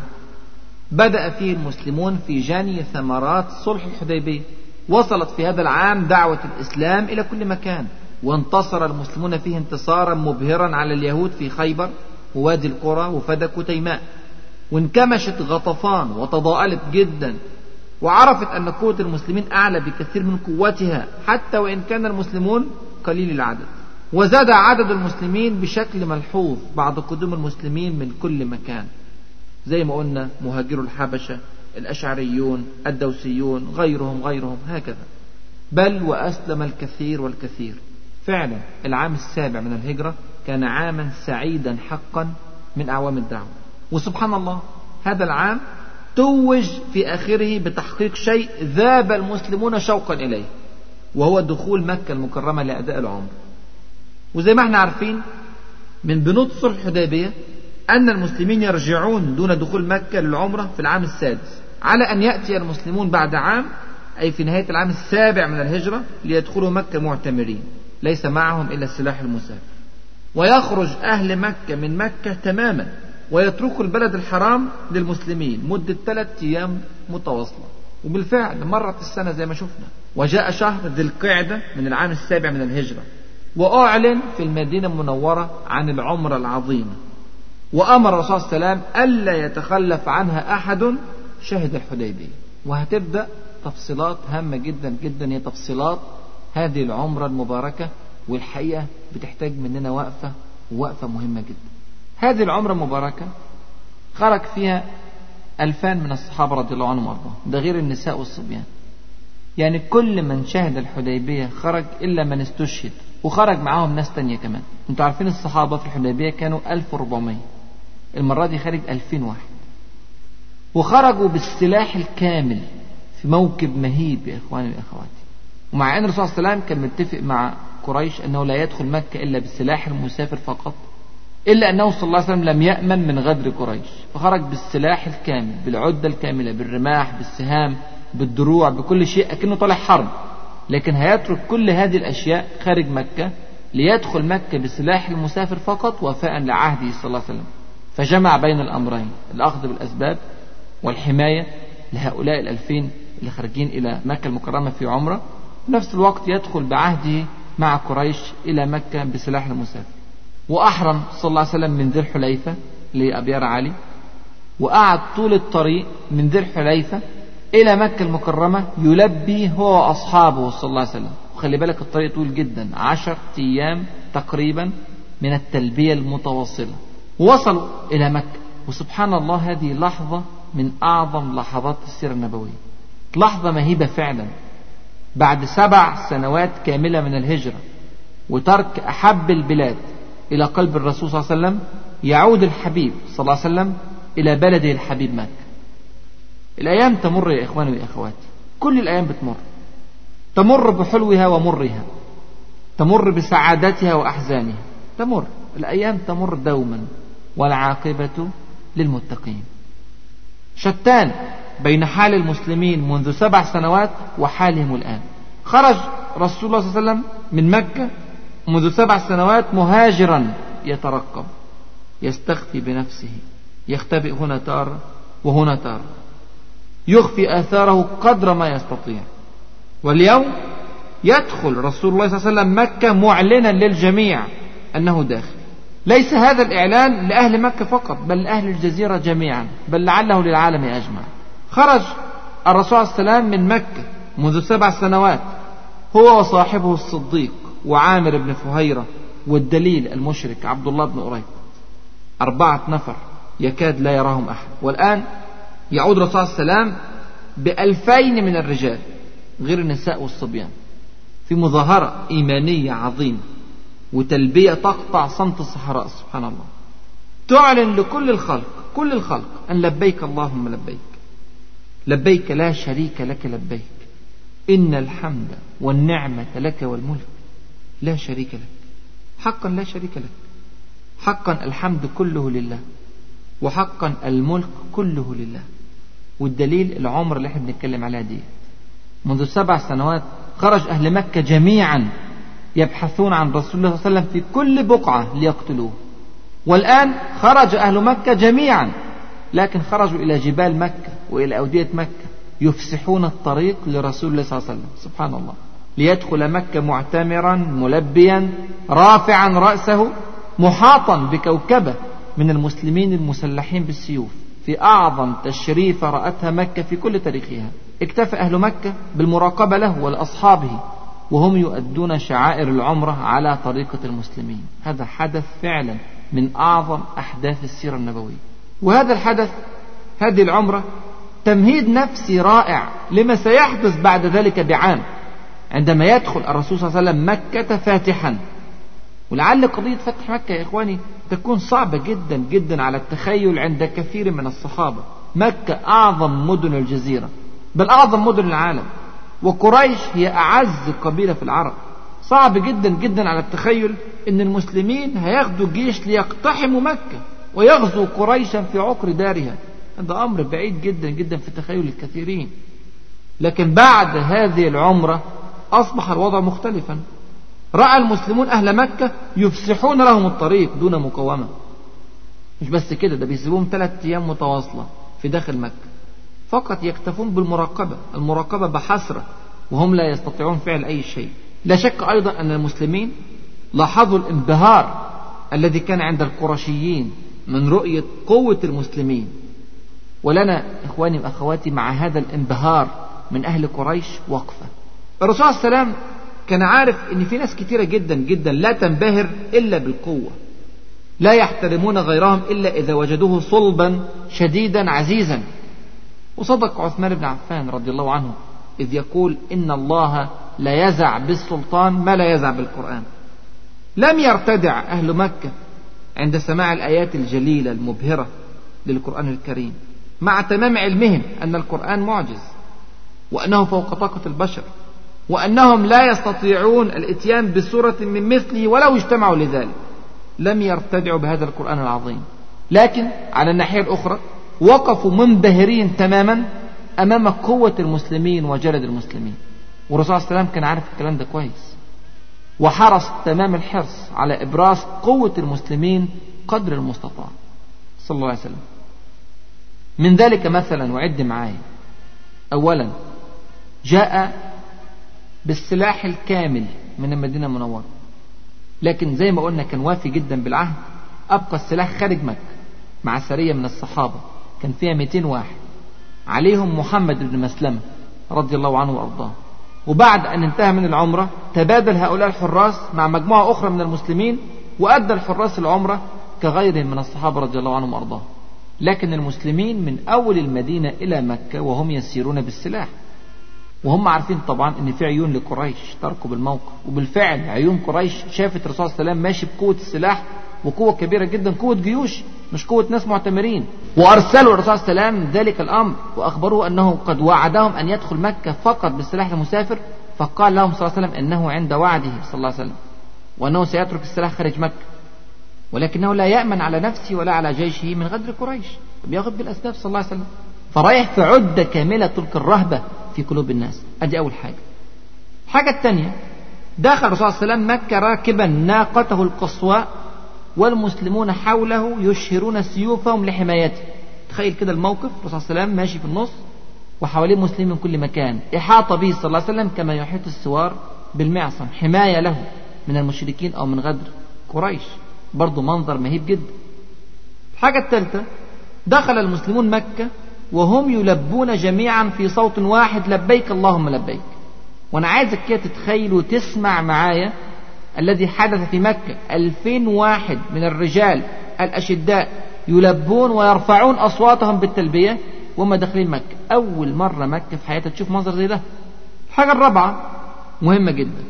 [SPEAKER 2] بدأ فيه المسلمون في جني ثمرات صلح الحديبية، وصلت في هذا العام دعوة الإسلام إلى كل مكان، وانتصر المسلمون فيه انتصارا مبهرا على اليهود في خيبر ووادي القرى وفدك وتيماء، وانكمشت غطفان وتضاءلت جدا، وعرفت أن قوة المسلمين أعلى بكثير من قوتها حتى وإن كان المسلمون قليل العدد. وزاد عدد المسلمين بشكل ملحوظ بعد قدوم المسلمين من كل مكان، زي ما قلنا مهاجرو الحبشة، الأشعريون، الدوسيون، غيرهم غيرهم هكذا، بل وأسلم الكثير والكثير. فعلا العام السابع من الهجرة كان عاما سعيدا حقا من أعوام الدعوة. وسبحان الله هذا العام توج في آخره بتحقيق شيء ذاب المسلمون شوقا إليه، وهو دخول مكة المكرمة لأداء العمر. وزي ما احنا عارفين من بنود صلح الحديبية أن المسلمين يرجعون دون دخول مكة للعمرة في العام السادس، على أن يأتي المسلمون بعد عام، أي في نهاية العام السابع من الهجرة، ليدخلوا مكة معتمرين ليس معهم إلا السلاح المسافر، ويخرج أهل مكة من مكة تماما ويتركوا البلد الحرام للمسلمين مدة ثلاثة أيام متواصلة. وبالفعل مرت السنة زي ما شفنا، وجاء شهر ذي القعدة من العام السابع من الهجرة، وأعلن في المدينة المنورة عن العمرة العظيمة، وأمر الرسول صلى الله عليه وسلم ألا يتخلف عنها أحد شهد الحديبية. وهتبدأ تفصيلات هامة جدا جدا، هي تفصيلات هذه العمرة المباركة، والحقيقة بتحتاج مننا وقفة، ووقفة مهمة جدا. هذه العمرة المباركة خرج فيها ألفان من الصحابة رضي الله عنهم وأرضاهم، ده غير النساء والصبيان، يعني كل من شهد الحديبية خرج إلا من استشهد، وخرج معاهم ناس تانية كمان. انتوا عارفين الصحابة في الحديبية كانوا ألف وأربعمائة، المرة دي خرج ألفين واحد، وخرجوا بالسلاح الكامل في موكب مهيب يا إخواني وأخواتي. ومع أن الرسول صلى الله عليه وسلم كان متفق مع قريش أنه لا يدخل مكة إلا بالسلاح المسافر فقط، إلا أنه صلى الله عليه وسلم لم يأمن من غدر قريش، فخرج بالسلاح الكامل، بالعدة الكاملة، بالرماح، بالسهام، بالدروع، بكل شيء، أكنه طالع حرب، لكن هيترك كل هذه الأشياء خارج مكة ليدخل مكة بسلاح المسافر فقط، وفاء لعهده صلى الله عليه وسلم. فجمع بين الأمرين، الأخذ بالأسباب والحماية لهؤلاء الألفين اللي خارجين إلى مكة المكرمة في عمرة، في نفس الوقت يدخل بعهده مع قريش إلى مكة بسلاح المسافر. وأحرم صلى الله عليه وسلم من ذي الحليفة لأبيار علي، وقعد طول الطريق من ذي الحليفة إلى مكة المكرمة يلبي هو وأصحابه صلى الله عليه وسلم. وخلي بالك الطريق طويل جدا، عشر أيام تقريبا من التلبية المتواصلة، ووصلوا إلى مكة. وسبحان الله هذه لحظة من أعظم لحظات السيرة النبوية، لحظة مهيبة فعلا. بعد سبع سنوات كاملة من الهجرة وترك أحب البلاد إلى قلب الرسول صلى الله عليه وسلم، يعود الحبيب صلى الله عليه وسلم إلى بلده الحبيب مكة. الأيام تمر يا إخواني وأخواتي، كل الأيام بتمر، تمر بحلوها ومرها، تمر بسعادتها وأحزانها، تمر الأيام تمر دوما، والعاقبة للمتقين. شتان بين حال المسلمين منذ سبع سنوات وحالهم الآن. خرج رسول الله صلى الله عليه وسلم من مكة منذ سبع سنوات مهاجرا يترقب، يستخفي بنفسه، يختبئ هنا تارة وهنا تارة، يخفي آثاره قدر ما يستطيع. واليوم يدخل رسول الله صلى الله عليه وسلم مكة معلنا للجميع أنه داخل. ليس هذا الإعلان لأهل مكة فقط، بل لأهل الجزيرة جميعا، بل لعله للعالم أجمع. خرج الرسول صلى الله عليه وسلم من مكة منذ سبع سنوات هو وصاحبه الصديق وعامر بن فهيرة والدليل المشرك عبد الله بن أريق، أربعة نفر يكاد لا يراهم أحد. والآن يعود الرسول صلى الله عليه وسلم بألفين من الرجال غير النساء والصبيان، في مظاهرة إيمانية عظيمة وتلبية تقطع صمت الصحراء. سبحان الله، تعلن لكل الخلق، كل الخلق، أن لبيك اللهم لبيك، لبيك لا شريك لك لبيك، إن الحمد والنعمة لك والملك لا شريك لك، حقا لا شريك لك، حقا الحمد كله لله، وحقا الملك كله لله. والدليل العمر اللي احنا بنتكلم عليها دي، منذ سبع سنوات خرج أهل مكة جميعا يبحثون عن رسول الله صلى الله عليه وسلم في كل بقعة ليقتلوه، والآن خرج أهل مكة جميعا، لكن خرجوا إلى جبال مكة وإلى أودية مكة يفسحون الطريق لرسول الله صلى الله عليه وسلم. سبحان الله، ليدخل مكة معتمرا ملبيا رافعا رأسه محاطا بكوكبة من المسلمين المسلحين بالسيوف، في أعظم تشريف رأتها مكة في كل تاريخها. اكتفى أهل مكة بالمراقبة له ولأصحابه وهم يؤدون شعائر العمرة على طريقة المسلمين. هذا حدث فعلا من أعظم أحداث السيرة النبوية. وهذا الحدث، هذه العمرة، تمهيد نفسي رائع لما سيحدث بعد ذلك بعام، عندما يدخل الرسول صلى الله عليه وسلم مكة فاتحا. ولعل قضية فتح مكة يا إخواني تكون صعبة جدا جدا على التخيل عند كثير من الصحابة. مكة أعظم مدن الجزيرة، بل أعظم مدن العالم، وقريش هي أعز قبيلة في العرب. صعب جدا جدا على التخيل أن المسلمين هياخدوا جيش ليقتحموا مكة ويغزوا قريشا في عقر دارها. هذا أمر بعيد جدا جدا في تخيل الكثيرين. لكن بعد هذه العمرة أصبح الوضع مختلفا. رأى المسلمون أهل مكة يفسحون لهم الطريق دون مقاومة. مش بس كده، ده بيسيبوهم ثلاثة أيام متواصلة في داخل مكة، فقط يكتفون بالمراقبة، المراقبة بحسرة، وهم لا يستطيعون فعل أي شيء. لا شك أيضا أن المسلمين لاحظوا الانبهار الذي كان عند القرشيين من رؤية قوة المسلمين. ولنا إخواني وأخواتي مع هذا الانبهار من أهل قريش وقفة. الرسول صلى الله عليه وسلم كان عارف أن في ناس كتيرة جدا جدا لا تنبهر إلا بالقوة، لا يحترمون غيرهم إلا إذا وجدوه صلبا شديدا عزيزا. وصدق عثمان بن عفان رضي الله عنه إذ يقول إن الله لا يزع بالسلطان ما لا يزع بالقرآن. لم يرتدع أهل مكة عند سماع الآيات الجليلة المبهرة للقرآن الكريم، مع تمام علمهم أن القرآن معجز، وأنه فوق طاقة البشر، وأنهم لا يستطيعون الإتيان بسورة من مثله ولو اجتمعوا لذلك. لم يرتدعوا بهذا القرآن العظيم، لكن على الناحية الأخرى وقفوا منبهرين تماما أمام قوة المسلمين وجلد المسلمين. والرسول صلى الله عليه وسلم كان عارف الكلام ده كويس، وحرص تمام الحرص على إبراز قوة المسلمين قدر المستطاع صلى الله عليه وسلم. من ذلك مثلا، وعد معايا، أولا جاء بالسلاح الكامل من المدينة المنورة، لكن زي ما قلنا كان وافي جدا بالعهد. أبقى السلاح خارج مكة مع سرية من الصحابة كان فيها مئتين واحد، عليهم محمد بن مسلمة رضي الله عنه وأرضاه. وبعد أن انتهى من العمرة تبادل هؤلاء الحراس مع مجموعة أخرى من المسلمين، وأدى الحراس العمرة كغيرهم من الصحابة رضي الله عنهم وأرضاه. لكن المسلمين من أول المدينة إلى مكة وهم يسيرون بالسلاح، وهم عارفين طبعا ان في عيون لقريش تركوا بالموقف. وبالفعل عيون قريش شافت الرسول صلى الله عليه وسلم ماشي بقوة السلاح، وقوة كبيرة جدا، قوة جيوش مش قوة ناس معتمرين. وارسلوا الرسول صلى الله عليه وسلم ذلك الامر، واخبروه انه قد وعدهم ان يدخل مكة فقط بالسلاح المسافر. فقال لهم صلى الله عليه وسلم انه عند وعده صلى الله عليه وسلم، وانه سيترك السلاح خارج مكة، ولكنه لا يأمن على نفسه ولا على جيشه من غدر قريش، بياخذ بالاسباب صلى الله عليه وسلم. فرايح في عدة كاملة تلك الرهبة في قلوب الناس. ادي اول حاجة. الحاجة الثانية، دخل الرسول صلى الله عليه وسلم مكة راكبا ناقته القصواء، والمسلمون حوله يشهرون سيوفهم لحمايته. تخيل كده الموقف، الرسول صلى الله عليه وسلم ماشي في النص وحواليه مسلمين من كل مكان، إحاطة به صلى الله عليه وسلم كما يحيط السوار بالمعصم، حماية له من المشركين أو من غدر قريش. برضو منظر مهيب جدا. الحاجة الثالثة، دخل المسلمون مكة وهم يلبون جميعا في صوت واحد لبيك اللهم لبيك. وانا عايزك كده تتخيل وتسمع معايا الذي حدث في مكة. ألفين واحد من الرجال الأشداء يلبون ويرفعون أصواتهم بالتلبية وهم داخلين مكة. أول مرة مكة في حياتها تشوف منظر زي ده. الحاجة الرابعة مهمة جدا،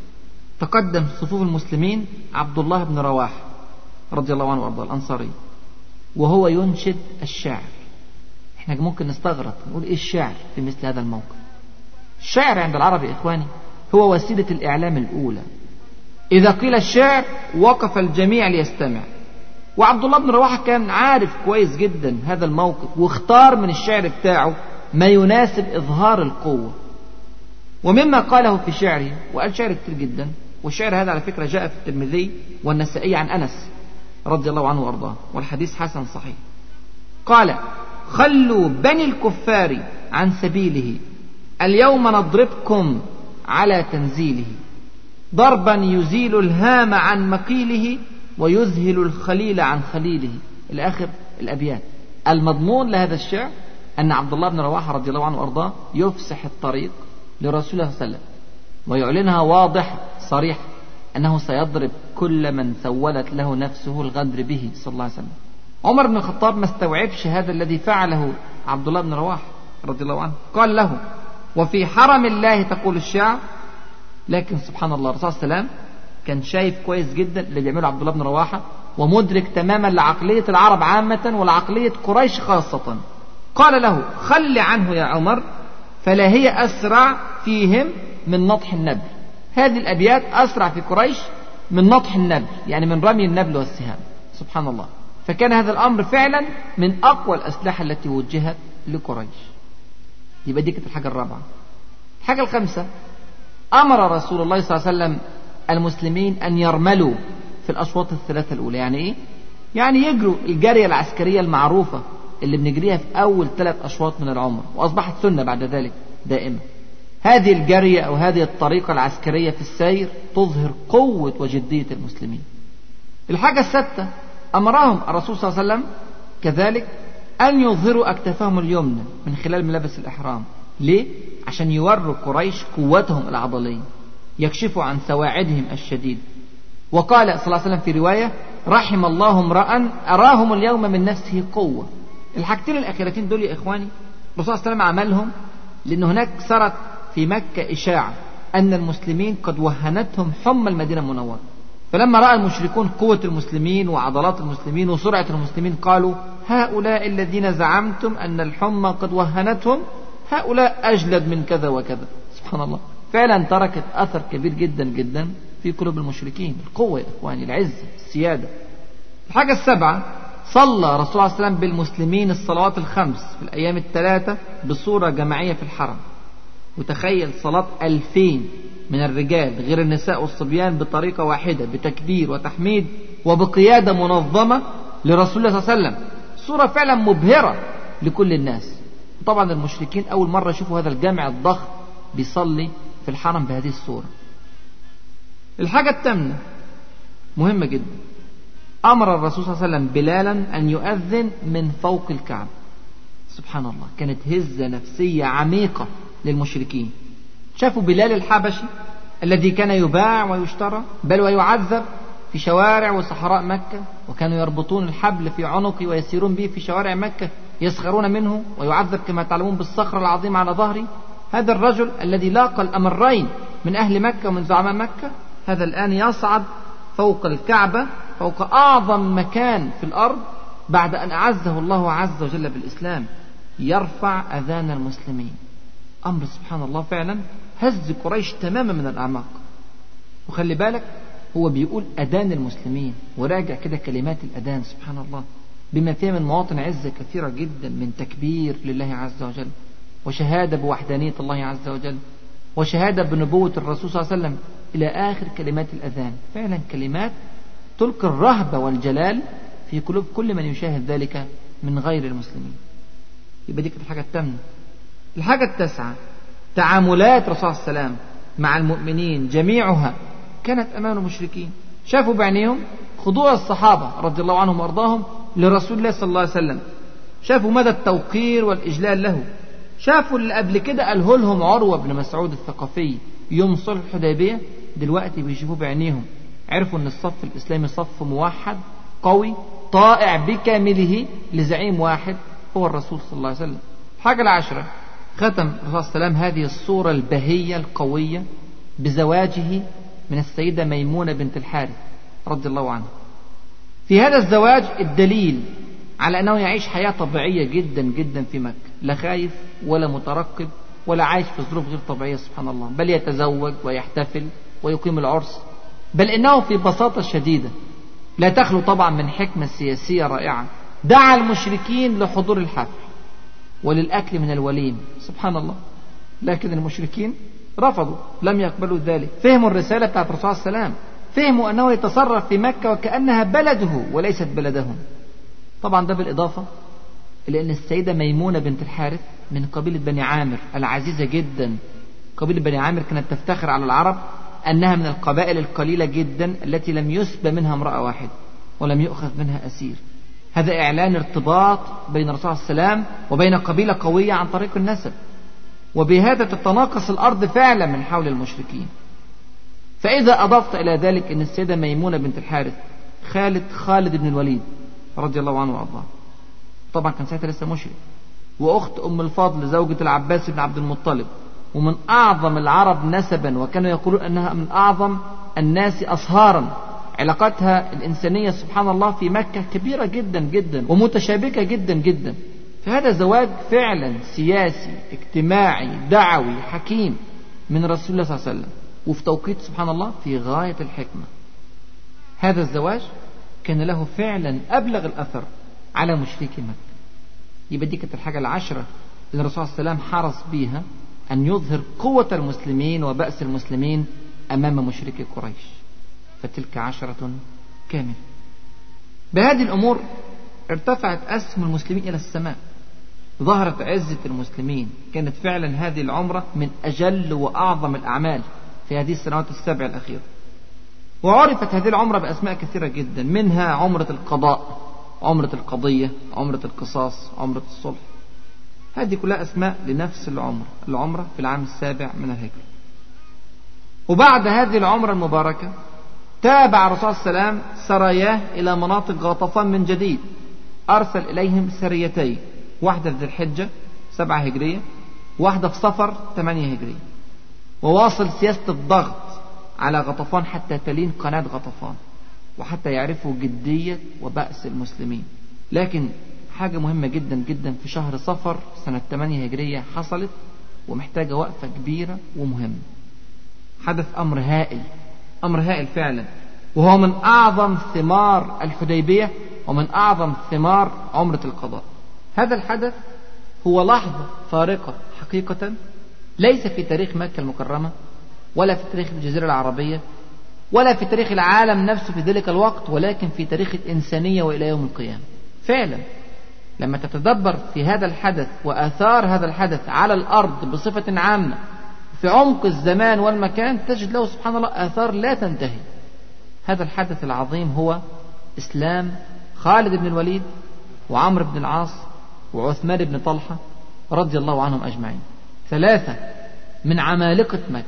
[SPEAKER 2] تقدم صفوف المسلمين عبد الله بن رواحة رضي الله عنه وارضاه الأنصاري، وهو ينشد الشعر. احنا ممكن نستغرب نقول ايه الشعر في مثل هذا الموقف؟ الشعر عند العرب يا اخواني هو وسيلة الإعلام الأولى. إذا قيل الشعر وقف الجميع ليستمع. وعبد الله بن رواحة كان عارف كويس جدا هذا الموقف، واختار من الشعر بتاعه ما يناسب إظهار القوة. ومما قاله في شعره، وقال شعر كتير جدا، والشعر هذا على فكرة جاء في الترمذي والنسائي عن أنس رضي الله عنه وأرضاه، والحديث حسن صحيح. قال: خلوا بني الكفار عن سبيله، اليوم نضربكم على تنزيله، ضربا يزيل الهام عن مقيله ويذهل الخليل عن خليله، إلى آخر الأبيات. المضمون لهذا الشعر أن عبد الله بن رواحة رضي الله عنه وأرضاه يفسح الطريق لرسول الله صلى الله عليه وسلم، ويعلنها واضح صريح أنه سيضرب كل من سولت له نفسه الغدر به صلى الله عليه وسلم. عمر بن الخطاب ما استوعبش هذا الذي فعله عبد الله بن رواحة رضي الله عنه، قال له: وفي حرم الله تقول الشعر. لكن سبحان الله، الرسول صلى الله عليه وسلم كان شايف كويس جدا اللي بيعمله عبد الله بن رواحة، ومدرك تماما لعقلية العرب عامة ولعقلية قريش خاصة. قال له: خل عنه يا عمر، فلا هي أسرع فيهم من نطح النبل. هذه الأبيات أسرع في قريش من نطح النبل، يعني من رمي النبل والسهام. سبحان الله. فكان هذا الأمر فعلا من أقوى الأسلحة التي وجهت لقريش. يبقى دي كانت الحاجة الرابعة. الحاجة الخامسة، أمر رسول الله صلى الله عليه وسلم المسلمين أن يرملوا في الأشواط الثلاثة الأولى. يعني إيه؟ يعني يجروا الجارية العسكرية المعروفة اللي بنجريها في أول ثلاث أشواط من العمر، وأصبحت سنة بعد ذلك دائما. هذه الجارية أو هذه الطريقة العسكرية في السير تظهر قوة وجدية المسلمين. الحاجة السادسة، أمرهم الرسول صلى الله عليه وسلم كذلك أن يظهروا أكتافهم اليمنى من خلال ملابس الإحرام. ليه؟ عشان يوروا قريش قوتهم العضلية، يكشفوا عن سواعدهم الشديد. وقال صلى الله عليه وسلم في رواية: رحم الله امرأ أراهم اليوم من نفسه قوة. الحاجتين الأخيرتين دول يا إخواني الرسول صلى الله عليه وسلم عملهم لأن هناك صارت في مكة إشاعة أن المسلمين قد وهنتهم حمى المدينة المنورة. فلما رأى المشركون قوة المسلمين وعضلات المسلمين وسرعة المسلمين، قالوا: هؤلاء الذين زعمتم أن الحمى قد وهنتهم، هؤلاء أجلد من كذا وكذا. سبحان الله، فعلا تركت أثر كبير جدا جدا في قلوب المشركين. القوة يا إخواني، العزة، السيادة. الحاجة السابعة، صلى رسول الله صلى الله عليه وسلم بالمسلمين الصلوات الخمس في الأيام الثلاثة بصورة جماعية في الحرم. وتخيل صلاة ألفين من الرجال غير النساء والصبيان بطريقة واحدة، بتكبير وتحميد وبقيادة منظمة لرسول الله صلى الله عليه وسلم، صورة فعلا مبهرة لكل الناس. طبعا المشركين أول مرة يشوفوا هذا الجامع الضخم بيصلي في الحرم بهذه الصورة. الحاجة الثامنة مهمة جدا، أمر الرسول صلى الله عليه وسلم بلالا أن يؤذن من فوق الكعبة. سبحان الله، كانت هزة نفسية عميقة للمشركين. شافوا بلال الحبشي الذي كان يباع ويشترى بل ويعذب في شوارع وصحراء مكة، وكانوا يربطون الحبل في عنقه ويسيرون به في شوارع مكة يسخرون منه، ويعذب كما تعلمون بالصخرة العظيمة على ظهره. هذا الرجل الذي لاقى الأمرين من أهل مكة ومن زعماء مكة، هذا الآن يصعد فوق الكعبة، فوق أعظم مكان في الأرض بعد أن أعزه الله عز وجل بالإسلام، يرفع أذان المسلمين. أمر سبحان الله فعلا هز قريش تماما من الأعماق. وخلي بالك هو بيقول أذان المسلمين، وراجع كده كلمات الأذان سبحان الله بما فيها من مواطن عزة كثيرة جدا، من تكبير لله عز وجل، وشهادة بوحدانية الله عز وجل، وشهادة بنبوة الرسول صلى الله عليه وسلم، إلى آخر كلمات الأذان. فعلا كلمات تلقي الرهبة والجلال في قلوب كل من يشاهد ذلك من غير المسلمين. يبقى دي كانت الحاجة الثامنة. الحاجة التاسعة، تعاملات الرسول صلى الله عليه وسلم مع المؤمنين جميعها كانت أمام المشركين. شافوا بعينيهم خضوع الصحابة رضي الله عنهم وأرضاهم لرسول الله صلى الله عليه وسلم، شافوا مدى التوقير والإجلال له، شافوا اللي قبل كده قاله لهم عروة بن مسعود الثقفي يوم صلح الحديبية، دلوقتي بيشوفوا بعينيهم، عرفوا أن الصف الإسلامي صف موحد قوي طائع بكامله لزعيم واحد هو الرسول صلى الله عليه وسلم. الحاجة العاشرة، ختم الرسول صلى الله عليه وسلم هذه الصورة البهية القوية بزواجه من السيدة ميمونة بنت الحارث رضي الله عنها. في هذا الزواج الدليل على أنه يعيش حياة طبيعية جدا جدا في مكة، لا خايف ولا مترقب ولا عايش في ظروف غير طبيعية سبحان الله، بل يتزوج ويحتفل ويقيم العرس بل إنه في بساطة شديدة لا تخلو طبعا من حكمة سياسية رائعة دعا المشركين لحضور الحفل وللأكل من الوليم. سبحان الله، لكن المشركين رفضوا، لم يقبلوا ذلك. فهموا الرسالة بتاعت الرسول صلى الله عليه وسلم، فهموا أنه يتصرف في مكة وكأنها بلده وليست بلدهم. طبعا ده بالإضافة إلى أن السيدة ميمونة بنت الحارث من قبيلة بني عامر العزيزة جدا. قبيلة بني عامر كانت تفتخر على العرب أنها من القبائل القليلة جدا التي لم يسب منها امرأة واحدة ولم يؤخذ منها أسير. هذا إعلان ارتباط بين الرسول صلى الله عليه وسلم وبين قبيلة قوية عن طريق النسب، وبهذا تتناقص الأرض فعلا من حول المشركين. فإذا أضفت إلى ذلك أن السيدة ميمونة بنت الحارث خالد خالد بن الوليد رضي الله عنه وأرضاه، طبعا كان ساعتها لسه مشرك، وأخت أم الفضل زوجة العباس بن عبد المطلب، ومن أعظم العرب نسبا، وكانوا يقولون أنها من أعظم الناس أصهارا. علاقتها الإنسانية سبحان الله في مكة كبيرة جدا جدا ومتشابكة جدا جدا. فهذا زواج فعلا سياسي اجتماعي دعوي حكيم من رسول الله صلى الله عليه وسلم، وفي توقيت سبحان الله في غاية الحكمة. هذا الزواج كان له فعلا أبلغ الأثر على مشركي مكة. يبقى دي كانت الحاجة العشرة اللي الرسول صلى الله عليه وسلم حرص بيها أن يظهر قوة المسلمين وبأس المسلمين أمام مشركي قريش، فتلك عشرة كاملة. بهذه الأمور ارتفعت أسهم المسلمين إلى السماء، ظهرت عزة المسلمين. كانت فعلا هذه العمرة من أجل وأعظم الأعمال في هذه السنوات السبع الأخيرة. وعرفت هذه العمرة بأسماء كثيرة جدا، منها عمرة القضاء، عمرة القضية، عمرة القصاص، عمرة الصلح. هذه كلها أسماء لنفس العمرة، العمرة في العام السابع من الهجرة. وبعد هذه العمرة المباركة تابع الرسول صلى الله عليه وسلم سراياه إلى مناطق غطفان من جديد، أرسل إليهم سريتين، واحدة في ذي الحجة سبعة هجرية، واحدة في صفر ثمانية هجرية، وواصل سياسة الضغط على غطفان حتى تلين قناة غطفان وحتى يعرفوا جدية وبأس المسلمين. لكن حاجة مهمة جدا جدا في شهر صفر سنة ثمانية هجرية حصلت ومحتاجة وقفة كبيرة ومهمة. حدث أمر هائل، أمر هائل فعلا، وهو من أعظم ثمار الحديبية ومن أعظم ثمار عمرة القضاء. هذا الحدث هو لحظة فارقة حقيقة، ليس في تاريخ مكة المكرمة ولا في تاريخ الجزيرة العربية ولا في تاريخ العالم نفسه في ذلك الوقت، ولكن في تاريخ الإنسانية وإلى يوم القيامة. فعلا لما تتدبر في هذا الحدث وآثار هذا الحدث على الأرض بصفة عامة في عمق الزمان والمكان، تجد له سبحان الله آثار لا تنتهي. هذا الحدث العظيم هو إسلام خالد بن الوليد وعمرو بن العاص وعثمان بن طلحة رضي الله عنهم أجمعين، ثلاثة من عمالقة مكة،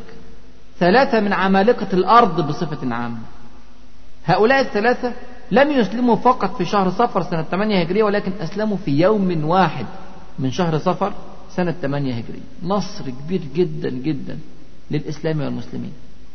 [SPEAKER 2] ثلاثة من عمالقة الأرض بصفة عامة. هؤلاء الثلاثة لم يسلموا فقط في شهر صفر سنة ثمانية هجرية، ولكن أسلموا في يوم واحد من شهر صفر سنة ثمانية هجرية. نصر كبير جدا جدا للإسلام والمسلمين.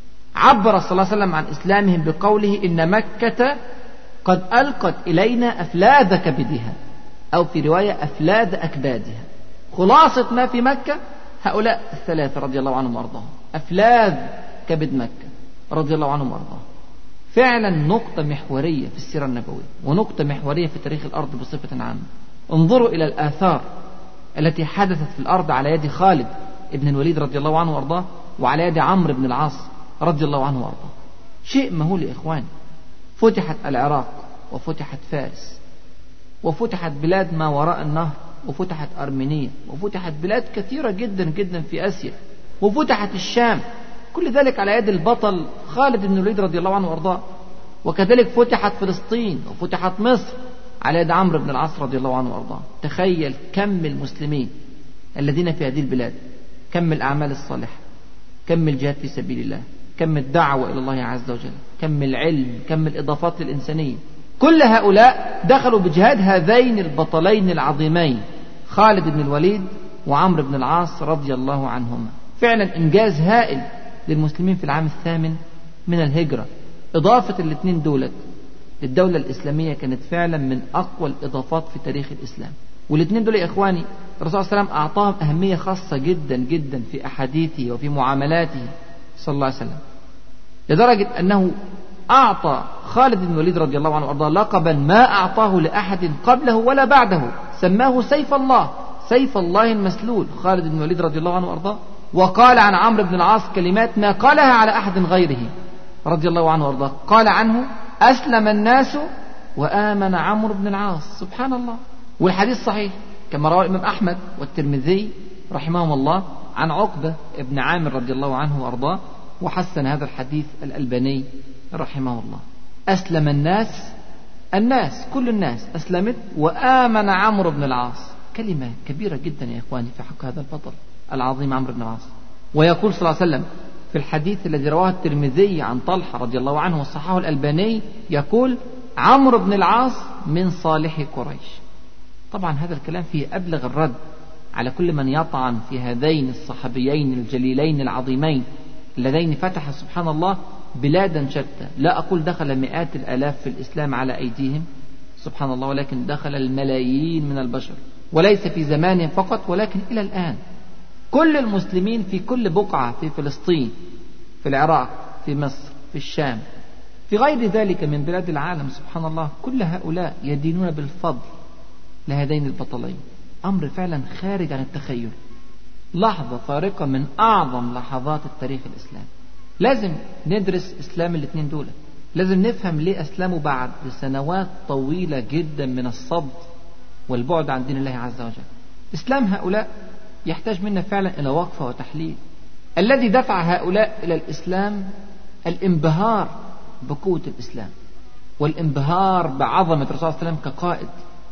[SPEAKER 2] عبر صلى الله عليه وسلم عن إسلامهم بقوله إن مكة قد ألقت إلينا أفلاذ كبدها، أو في رواية أفلاذ أكبادها. خلاصة ما في مكة هؤلاء الثلاثة رضي الله عنهم وأرضاهم، أفلاذ كبد مكة رضي الله عنهم وأرضاهم. فعلا نقطة محورية في السيرة النبوية ونقطة محورية في تاريخ الأرض بصفة عامة. انظروا إلى الآثار التي حدثت في الأرض على يد خالد ابن الوليد رضي الله عنه وأرضاه وعلى يد عمرو بن العاص رضي الله عنه وأرضاه. شيء مهول يا إخوان. فتحت العراق وفتحت فارس وفتحت بلاد ما وراء النهر وفتحت أرمينيا وفتحت بلاد كثيرة جدا جدا في آسيا وفتحت الشام، كل ذلك على يد البطل خالد بن الوليد رضي الله عنه وأرضاه. وكذلك فتحت فلسطين وفتحت مصر على يد عمرو بن العاص رضي الله عنه وأرضاه. تخيل كم المسلمين الذين في هذه البلاد، كم الأعمال الصالحة، كم الجهاد في سبيل الله، كم الدعوة إلى الله عز وجل، كم العلم، كم الإضافات للإنسانية. كل هؤلاء دخلوا بجهاد هذين البطلين العظيمين خالد بن الوليد وعمرو بن العاص رضي الله عنهما. فعلا إنجاز هائل للمسلمين في العام الثامن من الهجرة. إضافة الاثنين دولت للدولة الإسلامية كانت فعلا من أقوى الإضافات في تاريخ الإسلام. والاثنين دول يا إخواني الرسول صلى الله عليه وسلم أعطاهم أهمية خاصة جدا جدا في أحاديثه وفي معاملاته صلى الله عليه وسلم. لدرجة أنه أعطى خالد بن الوليد رضي الله عنه وأرضاه لقبا ما أعطاه لأحد قبله ولا بعده، سماه سيف الله، سيف الله المسلول خالد بن الوليد رضي الله عنه وأرضاه. وقال عن عمرو بن العاص كلمات ما قالها على أحد غيره رضي الله عنه وأرضاه، قال عنه: أسلم الناس وآمن عمرو بن العاص. سبحان الله. والحديث صحيح كما رواه الإمام أحمد والترمذي رحمهم الله عن عقبة ابن عامر رضي الله عنه وأرضاه، وحسن هذا الحديث الألباني رحمه الله. أسلم الناس، الناس كل الناس أسلمت، وآمن عمرو بن العاص. كلمة كبيرة جدا يا إخواني في حق هذا البطل العظيم عمرو بن العاص. ويقول صلى الله عليه وسلم في الحديث الذي رواه الترمذي عن طلحة رضي الله عنه وصححه الألباني، يقول: عمرو بن العاص من صالح قريش. طبعا هذا الكلام فيه أبلغ الرد على كل من يطعن في هذين الصحابيين الجليلين العظيمين اللذين فتح سبحان الله بلادا شتى. لا أقول دخل مئات الآلاف في الإسلام على أيديهم سبحان الله، ولكن دخل الملايين من البشر، وليس في زمان فقط ولكن إلى الآن. كل المسلمين في كل بقعة، في فلسطين، في العراق، في مصر، في الشام، في غير ذلك من بلاد العالم سبحان الله، كل هؤلاء يدينون بالفضل لهذين البطلين. أمر فعلا خارج عن التخيل، لحظة فارقة من أعظم لحظات التاريخ الإسلامي. لازم ندرس إسلام الاثنين دول، لازم نفهم ليه أسلموا بعد سنوات طويلة جدا من الصد والبعد عن دين الله عز وجل. إسلام هؤلاء يحتاج منا فعلا إلى وقفة وتحليل. الذي دفع هؤلاء إلى الإسلام الانبهار بقوة الإسلام والانبهار بعظمة الرسول صلى الله عليه وسلم كقائد.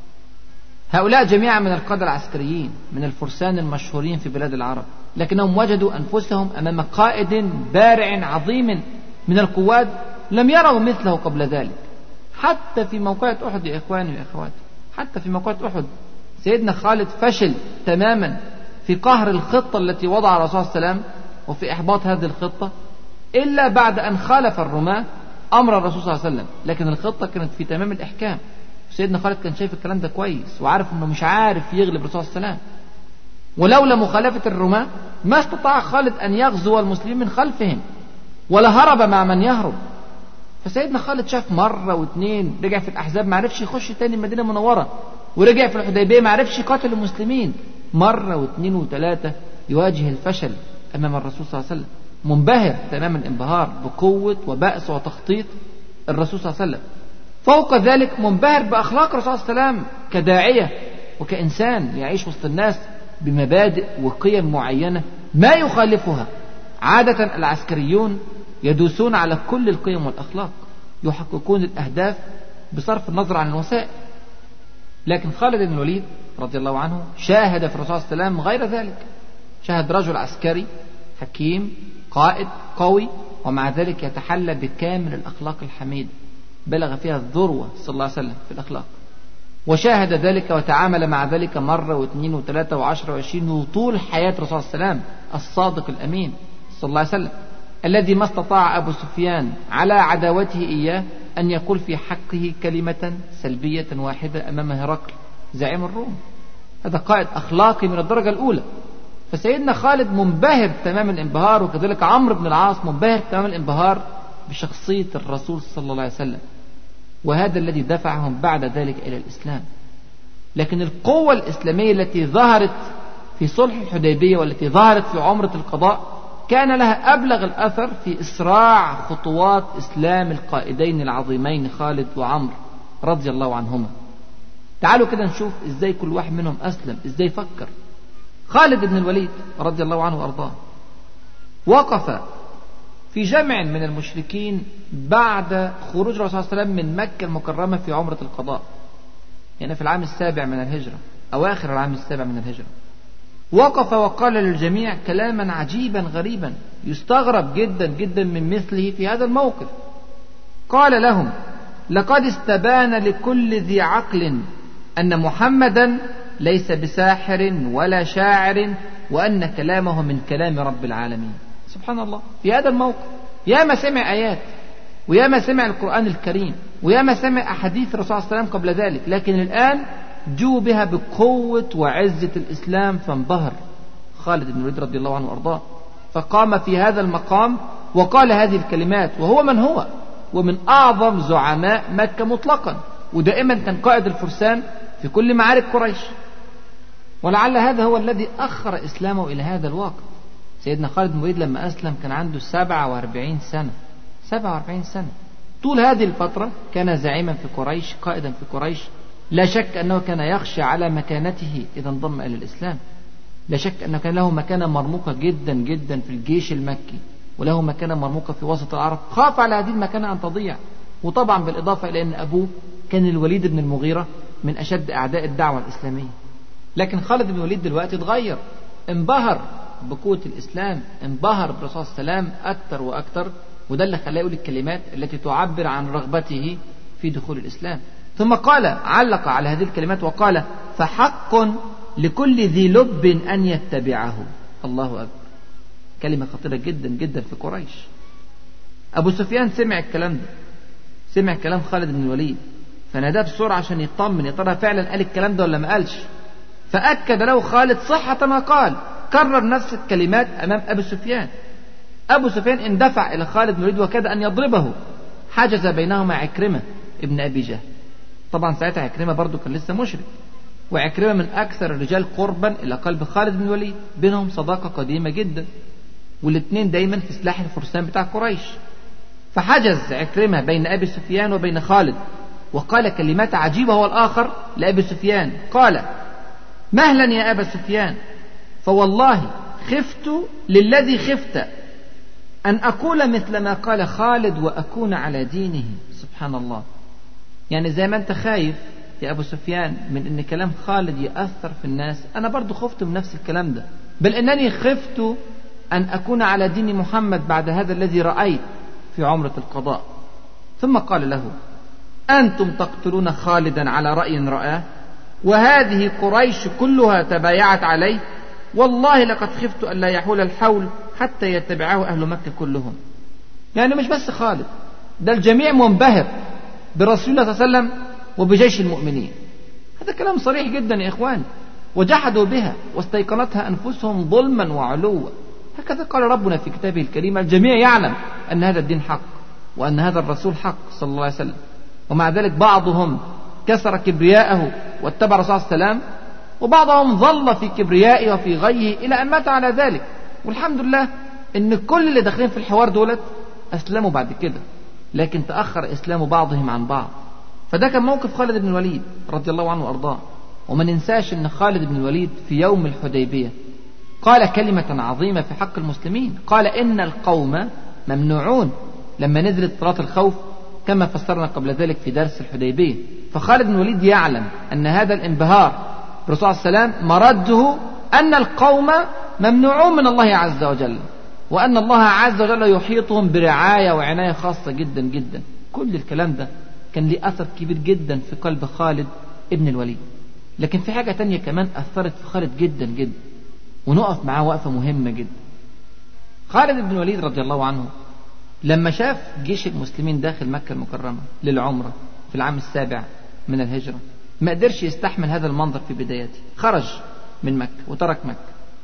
[SPEAKER 2] هؤلاء جميعا من القادة العسكريين، من الفرسان المشهورين في بلاد العرب، لكنهم وجدوا أنفسهم أمام قائد بارع عظيم من القواد لم يروا مثله قبل ذلك. حتى في موقعة أحد يا إخواني وإخواتي، حتى في موقعة أحد سيدنا خالد فشل تماما في قهر الخطة التي وضعها الرسول صلى الله عليه وسلم وفي إحباط هذه الخطة، إلا بعد أن خالف الرماة أمر الرسول صلى الله عليه وسلم. لكن الخطة كانت في تمام الإحكام. سيدنا خالد كان شايف الكلام ده كويس وعارف أنه مش عارف يغلب الرسول صلى الله عليه وسلم، ولولا مخالفة الرماة ما استطاع خالد أن يغزو المسلمين من خلفهم ولا هرب مع من يهرب. فسيدنا خالد شاف مرة واثنين، رجع في الأحزاب ما عرفش يخش تاني المدينة المنورة، ورجع في الحديبية ما عرفش يقاتل المسلمين، مرة واثنين وثلاثة يواجه الفشل أمام الرسول صلى الله عليه وسلم، منبهر تمام الانبهار بقوة وبأس وتخطيط الرسول صلى الله عليه وسلم. فوق ذلك منبهر بأخلاق الرسول صلى الله عليه وسلم كداعية وكإنسان يعيش وسط الناس بمبادئ وقيم معينة ما يخالفها. عادة العسكريون يدوسون على كل القيم والأخلاق، يحققون الأهداف بصرف النظر عن الوسائل. لكن خالد بن الوليد رضي الله عنه شاهد في الرسول صلى الله عليه وسلم غير ذلك، شاهد رجل عسكري حكيم قائد قوي، ومع ذلك يتحلى بكامل الأخلاق الحميدة، بلغ فيها الذروة صلى الله عليه وسلم في الأخلاق، وشاهد ذلك وتعامل مع ذلك مرة واثنين وثلاثة وعشرة وعشرين وطول حياة الرسول صلى الله عليه وسلم الصادق الأمين صلى الله عليه وسلم، الذي ما استطاع أبو سفيان على عداوته إياه أن يقول في حقه كلمة سلبية واحدة أمام هرقل زعيم الروم. هذا قائد أخلاقي من الدرجة الأولى. فسيدنا خالد منبهر تمام الانبهار، وكذلك عمرو بن العاص منبهر تمام الانبهار بشخصية الرسول صلى الله عليه وسلم، وهذا الذي دفعهم بعد ذلك إلى الإسلام. لكن القوة الإسلامية التي ظهرت في صلح الحديبية والتي ظهرت في عمرة القضاء كان لها أبلغ الأثر في إسراع خطوات إسلام القائدين العظيمين خالد وعمرو رضي الله عنهما. تعالوا كده نشوف إزاي كل واحد منهم أسلم، إزاي فكر. خالد بن الوليد رضي الله عنه وأرضاه وقف في جمع من المشركين بعد خروج الرسول صلى الله عليه وسلم من مكة المكرمة في عمرة القضاء، يعني في العام السابع من الهجرة، أواخر العام السابع من الهجرة. وقف وقال للجميع كلاما عجيبا غريبا يستغرب جدا جدا من مثله في هذا الموقف. قال لهم: لقد استبان لكل ذي عقل أن محمدا ليس بساحر ولا شاعر، وأن كلامه من كلام رب العالمين. سبحان الله. في هذا الموقف يا ما سمع آيات، ويا ما سمع القرآن الكريم، ويا ما سمع أحاديث الرسول صلى الله عليه وسلم قبل ذلك، لكن الآن جو بها بقوة وعزة الإسلام، فانبهر خالد بن الوليد رضي الله عنه وأرضاه، فقام في هذا المقام وقال هذه الكلمات وهو من هو ومن أعظم زعماء مكة مطلقا، ودائما كان قائد الفرسان في كل معارك قريش. ولعل هذا هو الذي أخر إسلامه إلى هذا الوقت. سيدنا خالد بن الوليد لما أسلم كان عنده سبعة وأربعين سنة سبعة وأربعين سنة. طول هذه الفترة كان زعيما في قريش، قائدا في قريش. لا شك أنه كان يخشى على مكانته إذا انضم إلى الإسلام. لا شك أنه كان له مكانة مرموقة جدا جدا في الجيش المكي، وله مكانة مرموقة في وسط العرب. خاف على هذه المكانة أن تضيع. وطبعا بالإضافة إلى أن أبوه كان الوليد بن المغيرة من أشد أعداء الدعوة الإسلامية. لكن خالد بن الوليد دلوقتي اتغير، انبهر بقوة الإسلام، انبهر بالرسول صلى الله عليه وسلم أكثر وأكثر، وده اللي خلاه يقول الكلمات التي تعبر عن رغبته في دخول الإسلام. ثم قال، علق على هذه الكلمات وقال: فحق لكل ذي لب أن يتبعه. الله أكبر، كلمة خطيرة جدا جدا في قريش. أبو سفيان سمع الكلام ده، سمع كلام خالد بن الوليد، فناداه بسرعة عشان يطمن يا ترى فعلا قال الكلام ده ولا ما قالش. فأكد له خالد صحة ما قال، كرر نفس الكلمات أمام أبو سفيان. أبو سفيان اندفع إلى خالد بن الوليد وكاد أن يضربه. حجز بينهما عكرمة ابن أبي جهل. طبعا ساعتها عكرمة برضو كان لسه مشرك، وعكرمة من أكثر الرجال قربا إلى قلب خالد بن الوليد، بينهم صداقة قديمة جدا، والاثنين دايما في سلاح الفرسان بتاع قريش. فحجز عكرمة بين أبي سفيان وبين خالد، وقال كلمات عجيبة هو الآخر لأبي سفيان. قال: مهلا يا أبا سفيان، فوالله خفت للذي خفت أن أقول مثل ما قال خالد وأكون على دينه. سبحان الله. يعني زي ما أنت خايف يا أبو سفيان من أن كلام خالد يأثر في الناس، أنا برضو خفت من نفس الكلام ده، بل أنني خفت أن أكون على دين محمد بعد هذا الذي رأيت في عمرة القضاء. ثم قال له: أنتم تقتلون خالدا على رأي رآه، وهذه قريش كلها تبايعت عليه، والله لقد خفت أن لا يحول الحول حتى يتبعه أهل مكة كلهم. يعني مش بس خالد، ده الجميع منبهر برسول الله صلى الله عليه وسلم وبجيش المؤمنين. هذا كلام صريح جدا يا إخوان. وجحدوا بها واستيقنتها أنفسهم ظلما وعلوا. هكذا قال ربنا في كتابه الكريم: الجميع يعلم أن هذا الدين حق، وأن هذا الرسول حق صلى الله عليه وسلم. ومع ذلك بعضهم كسر كبرياءه واتبع الرسول صلى الله عليه وسلم، وبعضهم ظل في كبريائه وفي غيه إلى أن مات على ذلك. والحمد لله إن كل اللي داخلين في الحوار دولت أسلموا بعد كده، لكن تأخر إسلام بعضهم عن بعض. فده كان موقف خالد بن الوليد رضي الله عنه وأرضاه. وما ننساش أن خالد بن الوليد في يوم الحديبية قال كلمة عظيمة في حق المسلمين. قال: إن القوم ممنوعون، لما نزلت صلاة الخوف كما فسرنا قبل ذلك في درس الحديبية. فخالد بن الوليد يعلم أن هذا الانبهار بالرسول صلى الله عليه وسلم مرده أن القوم ممنوعون من الله عز وجل، وأن الله عز وجل يحيطهم برعاية وعناية خاصة جدا جدا. كل الكلام ده كان له أثر كبير جدا في قلب خالد ابن الوليد. لكن في حاجة تانية كمان أثرت في خالد جدا جدا، ونقف معاه وقفة مهمة جدا. خالد بن الوليد رضي الله عنه لما شاف جيش المسلمين داخل مكة المكرمة للعمرة في العام السابع من الهجرة، ما قدرش يستحمل هذا المنظر في بدايته، خرج من مكة وترك مكة.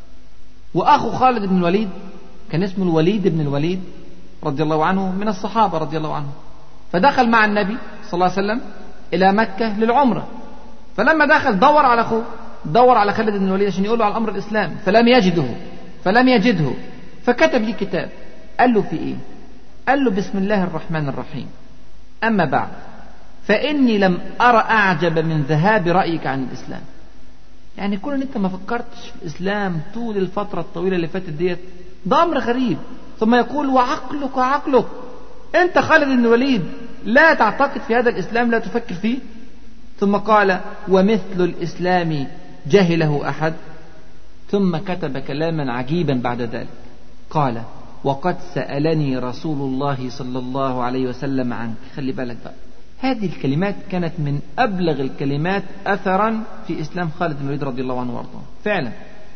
[SPEAKER 2] وأخو خالد بن الوليد كان اسمه الوليد بن الوليد رضي الله عنه من الصحابة رضي الله عنه، فدخل مع النبي صلى الله عليه وسلم إلى مكة للعمرة. فلما دخل دور على أخوه، دور على خالد بن الوليد عشان يقول له على أمر الإسلام، فلم يجده فلم يجده فكتب لي كتاب. قال له: في إيه؟ قال له: بسم الله الرحمن الرحيم، أما بعد فإني لم أرى أعجب من ذهاب رأيك عن الإسلام. يعني كون ان انت ما فكرتش في الإسلام طول الفترة الطويلة اللي فاتت ديت، ده أمر غريب. ثم يقول: وعقلك وعقلك، انت خالد بن الوليد لا تعتقد في هذا الإسلام، لا تفكر فيه. ثم قال: ومثل الإسلام جهله أحد. ثم كتب كلاما عجيبا بعد ذلك، قال: وقد سألني رسول الله صلى الله عليه وسلم عنك. خلي بالك بقى، هذه الكلمات كانت من أبلغ الكلمات أثرا في إسلام خالد بن الوليد رضي الله عنه وارضاه. فعلا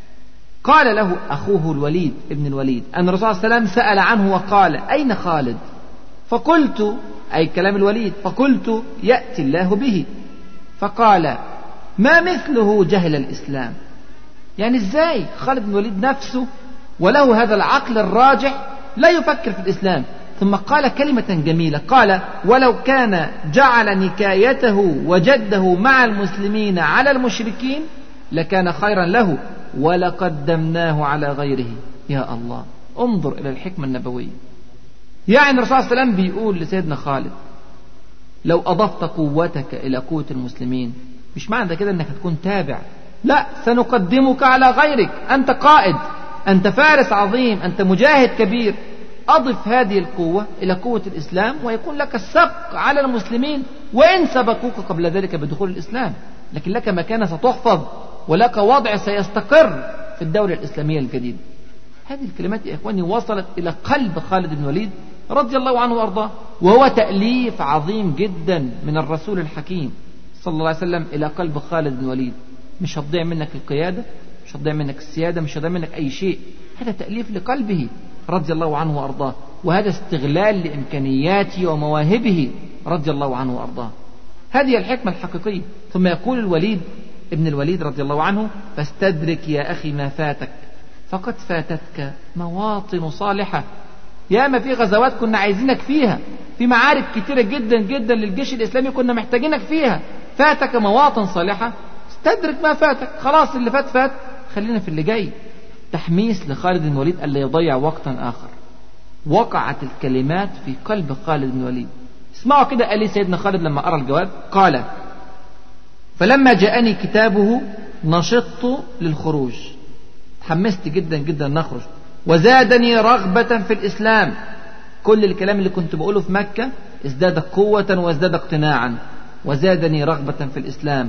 [SPEAKER 2] قال له أخوه الوليد ابن الوليد أن الرسول صلى الله عليه وسلم سأل عنه وقال: أين خالد؟ فقلت، أي كلام الوليد، فقلت: يأتي الله به. فقال: ما مثله جهل الإسلام. يعني إزاي خالد بن الوليد نفسه وله هذا العقل الراجح لا يفكر في الإسلام. ثم قال كلمة جميلة، قال: ولو كان جعل نكايته وجده مع المسلمين على المشركين لكان خيرا له ولقدمناه على غيره. يا الله، انظر إلى الحكمة النبوية. يعني الرسول صلى الله عليه وسلم بيقول لسيدنا خالد: لو أضفت قوتك إلى قوة المسلمين، مش معنى كده أنك هتكون تابع، لا، سنقدمك على غيرك، أنت قائد، أنت فارس عظيم، أنت مجاهد كبير، أضف هذه القوة إلى قوة الإسلام ويكون لك السبق على المسلمين وإن سبقوك قبل ذلك بدخول الإسلام، لكن لك مكانة ستحفظ ولك وضع سيستقر في الدولة الإسلامية الجديدة. هذه الكلمات يا إخواني وصلت إلى قلب خالد بن الوليد رضي الله عنه وأرضاه، وهو تأليف عظيم جدا من الرسول الحكيم صلى الله عليه وسلم إلى قلب خالد بن الوليد. مش هتضيع منك القيادة، مش هتضيع منك السيادة، مش هتضيع منك أي شيء، هذا تأليف لقلبه رضي الله عنه وأرضاه، وهذا استغلال لإمكانياته ومواهبه رضي الله عنه وأرضاه. هذه الحكمة الحقيقية. ثم يقول الوليد ابن الوليد رضي الله عنه: فاستدرك يا أخي ما فاتك فقد فاتتك مواطن صالحة. يا ما في غزوات كنا عايزينك فيها، في معارك كتيرة جدا جدا للجيش الإسلامي كنا محتاجينك فيها، فاتك مواطن صالحة، استدرك ما فاتك، خلاص اللي فات فات، خلينا في اللي جاي. تحميس لخالد بن الوليد ألا يضيع وقتا آخر. وقعت الكلمات في قلب خالد بن الوليد. اسمعوا كده قال لي سيدنا خالد لما أرى الجواب، قال: فلما جاءني كتابه نشطت للخروج، تحمست جدا جدا نخرج، وزادني رغبة في الإسلام. كل الكلام اللي كنت بقوله في مكة ازداد قوة وازداد اقتناعا، وزادني رغبة في الإسلام،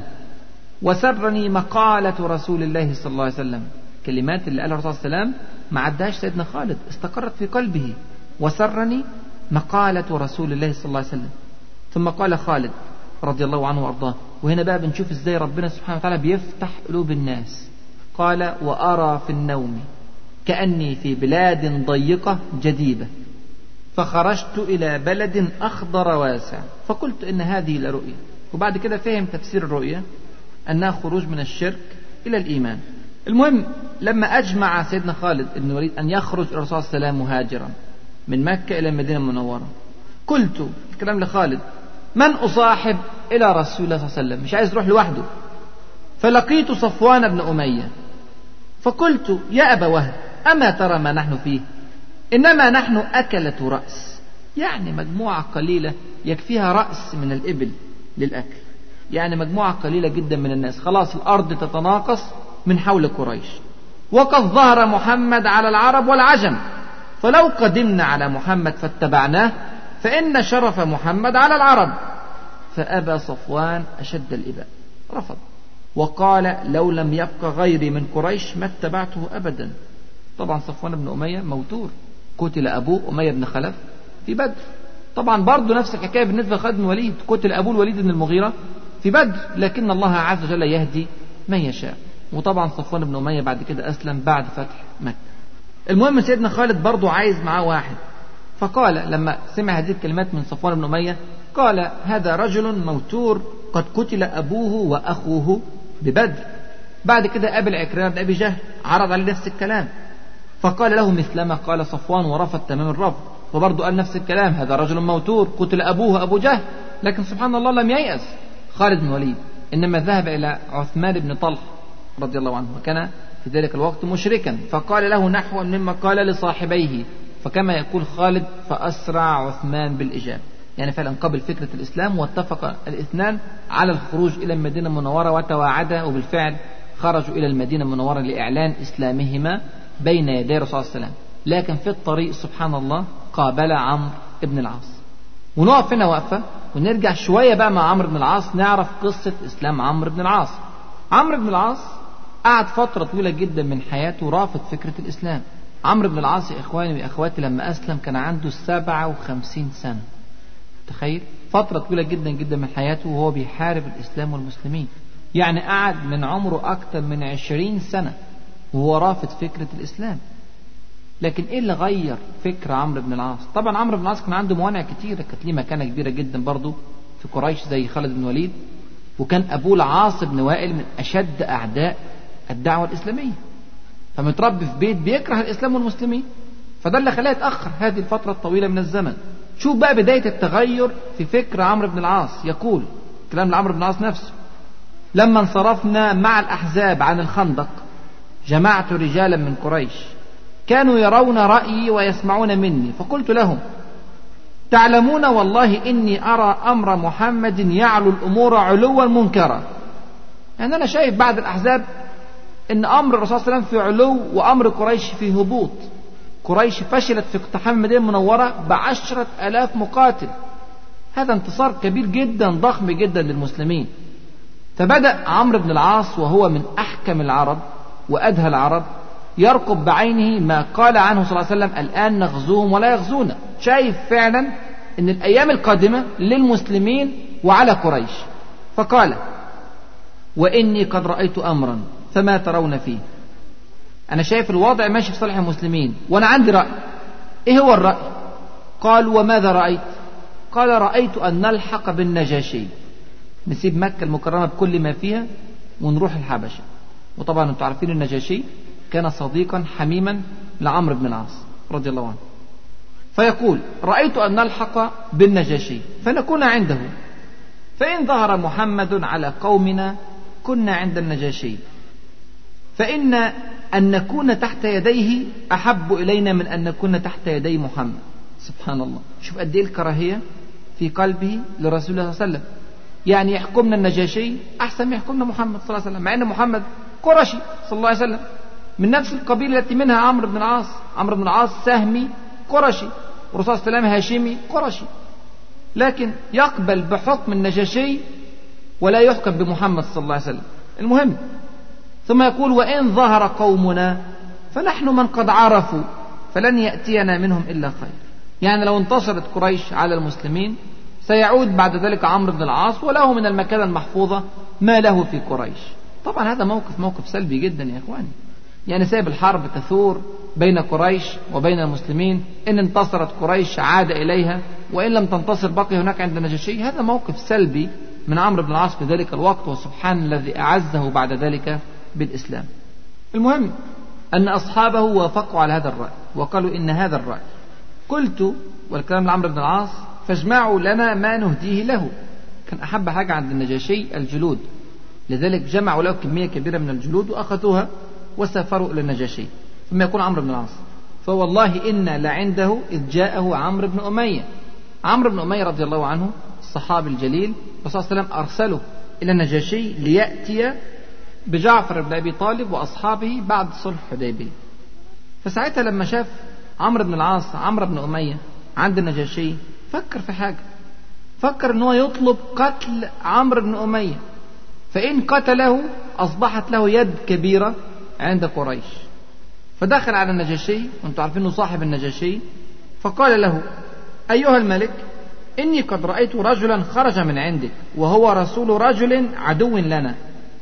[SPEAKER 2] وسرني مقالة رسول الله صلى الله عليه وسلم. كلمات اللي قالها الرسول صلى الله عليه وسلم ما عداش سيدنا خالد، استقرت في قلبه. وسرني مقالة رسول الله صلى الله عليه وسلم. ثم قال خالد رضي الله عنه وأرضاه، وهنا بقى بنشوف ازاي ربنا سبحانه وتعالى بيفتح قلوب الناس. قال: وأرى في النوم كأني في بلاد ضيقة جديدة، فخرجت إلى بلد أخضر واسع، فقلت إن هذه لرؤيا. وبعد كده فهم تفسير الرؤيا أنها خروج من الشرك إلى الإيمان. المهم لما أجمع سيدنا خالد بن الوليد أن يخرج إلى الرسول صلى الله عليه وسلم مهاجرا من مكة إلى المدينة المنورة، قلت الكلام لخالد: من أصاحب إلى رسول الله صلى الله عليه وسلم؟ مش عايز يروح لوحده. فلقيت صفوان بن أمية فقلت: يا أبا وهب، أما ترى ما نحن فيه؟ إنما نحن أكلة رأس، يعني مجموعة قليلة يكفيها رأس من الإبل للأكل، يعني مجموعة قليلة جدا من الناس، خلاص الأرض تتناقص من حول قريش، وقد ظهر محمد على العرب والعجم، فلو قدمنا على محمد فاتبعناه فإن شرف محمد على العرب. فأبى صفوان أشد الإباء، رفض وقال: لو لم يبق غيري من قريش ما اتبعته أبدا. طبعا صفوان بن أمية موتور، قتل أبوه أمية بن خلف في بدر. طبعا برضو نفس الحكاية بالنسبة لخالد بن الوليد، قتل أبوه الوليد بن المغيرة في بدر، لكن الله عز وجل يهدي من يشاء. وطبعا صفوان بن أمية بعد كده أسلم بعد فتح مكة. المهم سيدنا خالد برضو عايز معاه واحد، فقال لما سمع هذه الكلمات من صفوان بن أمية قال: هذا رجل موتور قد قتل أبوه وأخوه ببدر. بعد كده قابل عكرمة بن أبي جهل، عرض عليه نفس الكلام، فقال له مثلما قال صفوان ورفض تمام الرفض. وبرضه قال نفس الكلام: هذا رجل موتور قتل أبوه أبو جهل. لكن سبحان الله لم ييأس خالد بن الوليد، إنما ذهب إلى عثمان بن طلحة رضي الله عنه، وكان في ذلك الوقت مشركا، فقال له نحو مما قال لصاحبيه، فكما يقول خالد: فأسرع عثمان بالإجابة. يعني فعلا قبل فكرة الإسلام، واتفق الاثنان على الخروج إلى المدينة المنورة وتواعدا، وبالفعل خرجوا إلى المدينة المنورة لإعلان إسلامهما بين يدي الرسول صلى الله عليه وسلم. لكن في الطريق سبحان الله قابل عمرو بن العاص. ونقف هنا وقفة ونرجع شوية بقى مع عمرو بن العاص نعرف قصة إسلام عمرو بن العاص. عمرو بن العاص قعد فترة طويلة جدا من حياته رافض فكرة الإسلام. عمرو بن العاص يا إخواني وأخواتي لما أسلم كان عنده سبعة وخمسين سنة. تخيل فترة طويلة جدا جدا من حياته وهو بيحارب الإسلام والمسلمين، يعني قعد من عمره أكثر من عشرين سنة وهو رافض فكرة الإسلام. لكن إيه اللي غير فكر عمرو بن العاص؟ طبعا عمرو بن العاص كان عنده موانع كتيرة، كانت ليه مكانة كبيرة جدا برضه في قريش زي خالد بن الوليد، وكان أبوه العاص بن وائل من أشد أعداء الدعوة الإسلامية، فمتربي في بيت بيكره الإسلام والمسلمين. فده اللي خلاه يتأخر هذه الفترة الطويلة من الزمن. شوف بقى بداية التغير في فكر عمرو بن العاص. يقول كلام لعمرو بن العاص نفسه: لما انصرفنا مع الأحزاب عن الخندق جمعت رجالا من قريش كانوا يرون رأيي ويسمعون مني، فقلت لهم: تعلمون والله إني أرى أمر محمد يعلو الأمور علوا منكرا. يعني أنا شايف بعد الأحزاب إن أمر الرسول صلى الله عليه وسلم في علو وأمر قريش في هبوط. قريش فشلت في اقتحام المدينة المنورة بعشرة آلاف مقاتل، هذا انتصار كبير جدا ضخم جدا للمسلمين. فبدأ عمرو بن العاص وهو من أحكم العرب وأدهى العرب يرقب بعينه ما قال عنه صلى الله عليه وسلم: الآن نغزوهم ولا يغزونا. شايف فعلا أن الأيام القادمة للمسلمين وعلى قريش. فقال: وإني قد رأيت أمرا فما ترون فيه. أنا شايف الوضع ماشي في صالح المسلمين وأنا عندي رأي. إيه هو الرأي؟ قال: وماذا رأيت؟ قال: رأيت أن نلحق بالنجاشي، نسيب مكة المكرمة بكل ما فيها ونروح الحبشة. وطبعا أنتم عارفين النجاشي كان صديقا حميما لعمرو بن العاص رضي الله عنه. فيقول: رأيت أن نلحق بالنجاشي فنكون عنده، فإن ظهر محمد على قومنا كنا عند النجاشي، فإن أن نكون تحت يديه أحب إلينا من أن نكون تحت يدي محمد. سبحان الله، شوف قد إيه الكراهية في قلبه لرسول الله صلى الله عليه وسلم. يعني يحكمنا النجاشي أحسن من يحكمنا محمد صلى الله عليه وسلم، مع أن محمد قرشي صلى الله عليه وسلم من نفس القبيلة التي منها عمرو بن العاص. عمرو بن العاص سهمي قرشي، والرسول صلى الله عليه وسلم هاشمي قرشي، لكن يقبل بحكم النجاشي ولا يحكم بمحمد صلى الله عليه وسلم. المهم، ثم يقول: وإن ظهر قومنا فنحن من قد عرفوا فلن يأتينا منهم إلا خير. يعني لو انتصرت قريش على المسلمين سيعود بعد ذلك عمرو بن العاص وله من المكانة المحفوظة ما له في قريش. طبعا هذا موقف موقف سلبي جدا يا إخواني. يعني سيب الحرب تثور بين قريش وبين المسلمين، إن انتصرت قريش عاد إليها، وإن لم تنتصر بقي هناك عند النجاشي. هذا موقف سلبي من عمرو بن العاص في ذلك الوقت، وسبحان الذي أعزه بعد ذلك بالإسلام. المهم أن أصحابه وافقوا على هذا الرأي وقالوا: إن هذا الرأي. قلت، والكلام لعمرو بن العاص: فاجمعوا لنا ما نهديه له. كان أحب حاجة عند النجاشي الجلود، لذلك جمعوا له كمية كبيرة من الجلود وأخذوها وسافروا إلى النجاشي. ثم يقول عمرو بن العاص: فوالله إن لعنده إذ جاءه عمرو بن أمية. عمرو بن أمية رضي الله عنه الصحابي الجليل، الرسول صلى الله عليه وسلم أرسله إلى النجاشي ليأتي بجعفر بن أبي طالب وأصحابه بعد صلح حديبية. فساعتها لما شاف عمرو بن العاص عمرو بن أمية عند النجاشي فكر في حاجة، فكر ان هو يطلب قتل عمرو بن أمية، فإن قتله أصبحت له يد كبيرة عند قريش. فدخل على النجاشي، وانتم عارفين انه صاحب النجاشي، فقال له: أيها الملك، إني قد رأيت رجلا خرج من عندك وهو رسول رجل عدو لنا،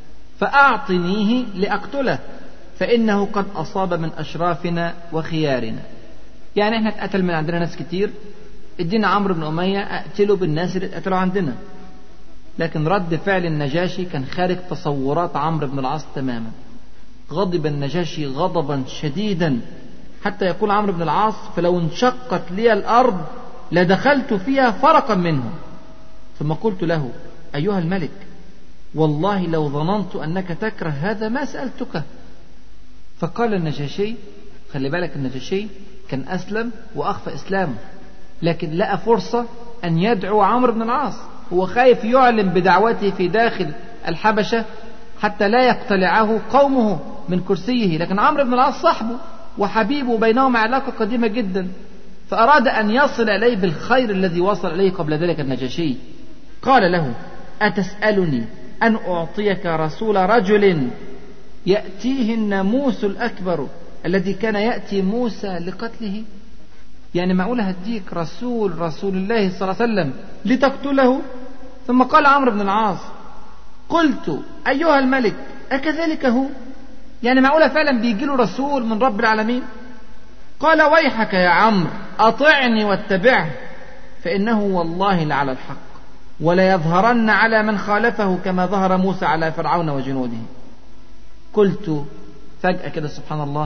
[SPEAKER 2] فأعطنيه لأقتله، فإنه قد أصاب من أشرافنا وخيارنا. يعني احنا اتقتل من عندنا ناس كتير، ادينا عمرو بن أمية أقتله بالناس اللي اتقتلوا عندنا. لكن رد فعل النجاشي كان خارج تصورات عمرو بن العاص تماما. غضب النجاشي غضبا شديدا، حتى يقول عمرو بن العاص: فلو انشقت لي الأرض لدخلت فيها فرقا منه. ثم قلت له: أيها الملك، والله لو ظننت أنك تكره هذا ما سألتك. فقال النجاشي، خلي بالك النجاشي كان أسلم وأخفى إسلامه، لكن لقى فرصة أن يدعو عمرو بن العاص. هو خايف يعلن بدعوته في داخل الحبشة حتى لا يقتلعه قومه من كرسيه، لكن عمرو بن العاص صاحبه وحبيبه بينهما علاقة قديمة جدا، فأراد أن يصل إليه بالخير الذي وصل إليه قبل ذلك النجاشي. قال له: أتسألني أن أعطيك رسول رجل يأتيه الناموس الأكبر الذي كان يأتي موسى لقتله؟ يعني معقولة هديك رسول رسول الله صلى الله عليه وسلم لتقتله؟ ثم قال عمرو بن العاص: قلت: أيها الملك، أكذلك هو؟ يعني معقولة فعلا بيجي له رسول من رب العالمين؟ قال: ويحك يا عمرو، أطعني واتبعه، فإنه والله لعلى الحق، ولا يظهرن على من خالفه كما ظهر موسى على فرعون وجنوده. قلت فجأة كده سبحان الله،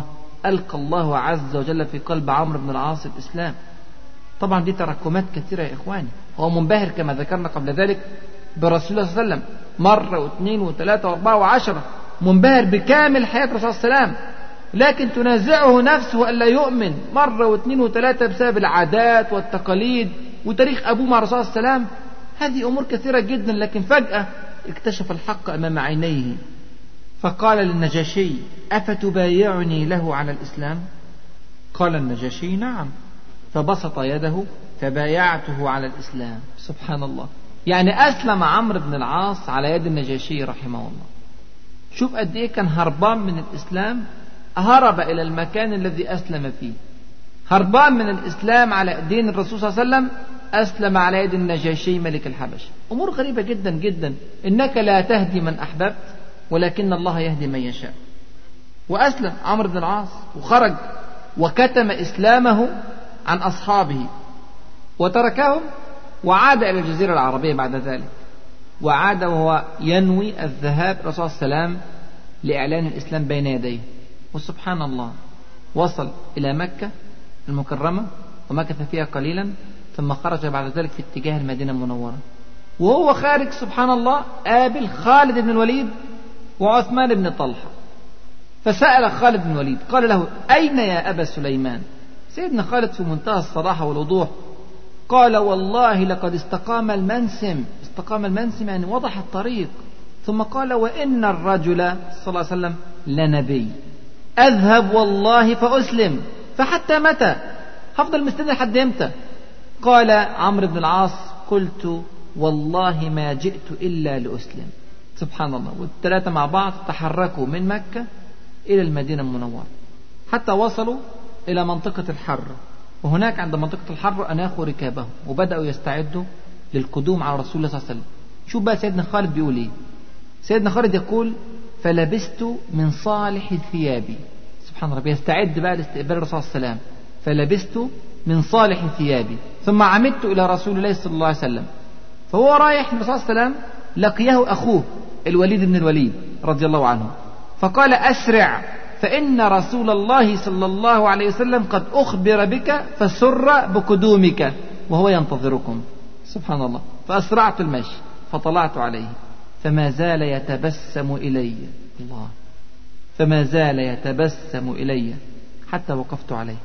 [SPEAKER 2] ألقى الله عز وجل في قلب عمرو بن العاص الإسلام. طبعا دي تراكمات كثيرة يا إخواني. هو منبهر كما ذكرنا قبل ذلك برسول الله صلى الله عليه وسلم مرة واثنين وثلاثة وأربعة وعشرة، منبهر بكامل حياة الرسول صلى الله عليه وسلم، لكن تنازعه نفسه ألا يؤمن مرة واثنين وثلاثة بسبب العادات والتقاليد وتاريخ أبوه مع الرسول صلى الله عليه وسلم. هذه أمور كثيرة جدا، لكن فجأة اكتشف الحق أمام عينيه، فقال للنجاشي: أفتبايعني له على الإسلام؟ قال النجاشي: نعم. فبسط يده فبايعته على الإسلام. سبحان الله، يعني أسلم عمرو بن العاص على يد النجاشي رحمه الله. شوف قد إيه كان هربان من الإسلام، هرب إلى المكان الذي أسلم فيه. هربان من الإسلام على دين الرسول صلى الله عليه وسلم، أسلم على يد النجاشي ملك الحبش. أمور غريبة جدا جدا. إنك لا تهدي من أحببت ولكن الله يهدي من يشاء. وأسلم عمرو بن العاص وخرج وكتم إسلامه عن أصحابه وتركهم وعاد إلى الجزيرة العربية بعد ذلك، وعاد وهو ينوي الذهاب إلى الرسول صلى الله عليه وسلم لإعلان الإسلام بين يديه. وسبحان الله، وصل إلى مكة المكرمة ومكث فيها قليلا، ثم خرج بعد ذلك في اتجاه المدينة المنورة. وهو خارج سبحان الله قابل خالد بن الوليد وعثمان بن طلحة، فسأل خالد بن الوليد قال له: أين يا أبا سليمان؟ سيدنا خالد في منتهى الصراحة والوضوح قال: والله لقد استقام المنسم. استقام المنسم يعني وضح الطريق. ثم قال: وإن الرجل صلى الله عليه وسلم لنبي، أذهب والله فأسلم، فحتى متى؟ هفضل مستني لحد إمتى؟ قال عمرو بن العاص: قلت والله ما جئت إلا لأسلم. سبحان الله. والثلاثة مع بعض تحركوا من مكة إلى المدينة المنورة حتى وصلوا إلى منطقة الحر، وهناك عند منطقة الحر أناخوا ركابهم وبدأوا يستعدوا للقدوم على رسول الله صلى الله عليه وسلم. شوف بقى سيدنا خالد بيقول إيه. سيدنا خالد يقول: فلبست من صالح ثيابي. سبحان الله، بيستعد بقى لاستقبال الرسول صلى الله عليه وسلم. فلبست من صالح ثيابي ثم عمدت إلى رسول الله صلى الله عليه وسلم. فهو رايح الرسول صلى الله عليه وسلم لقيه أخوه الوليد بن الوليد رضي الله عنه، فقال: أسرع فإن رسول الله صلى الله عليه وسلم قد أخبر بك فسر بقدومك وهو ينتظركم. سبحان الله. فأسرعت المشي فطلعت عليه فما زال يتبسم إلي، الله، فما زال يتبسم إلي حتى وقفت عليه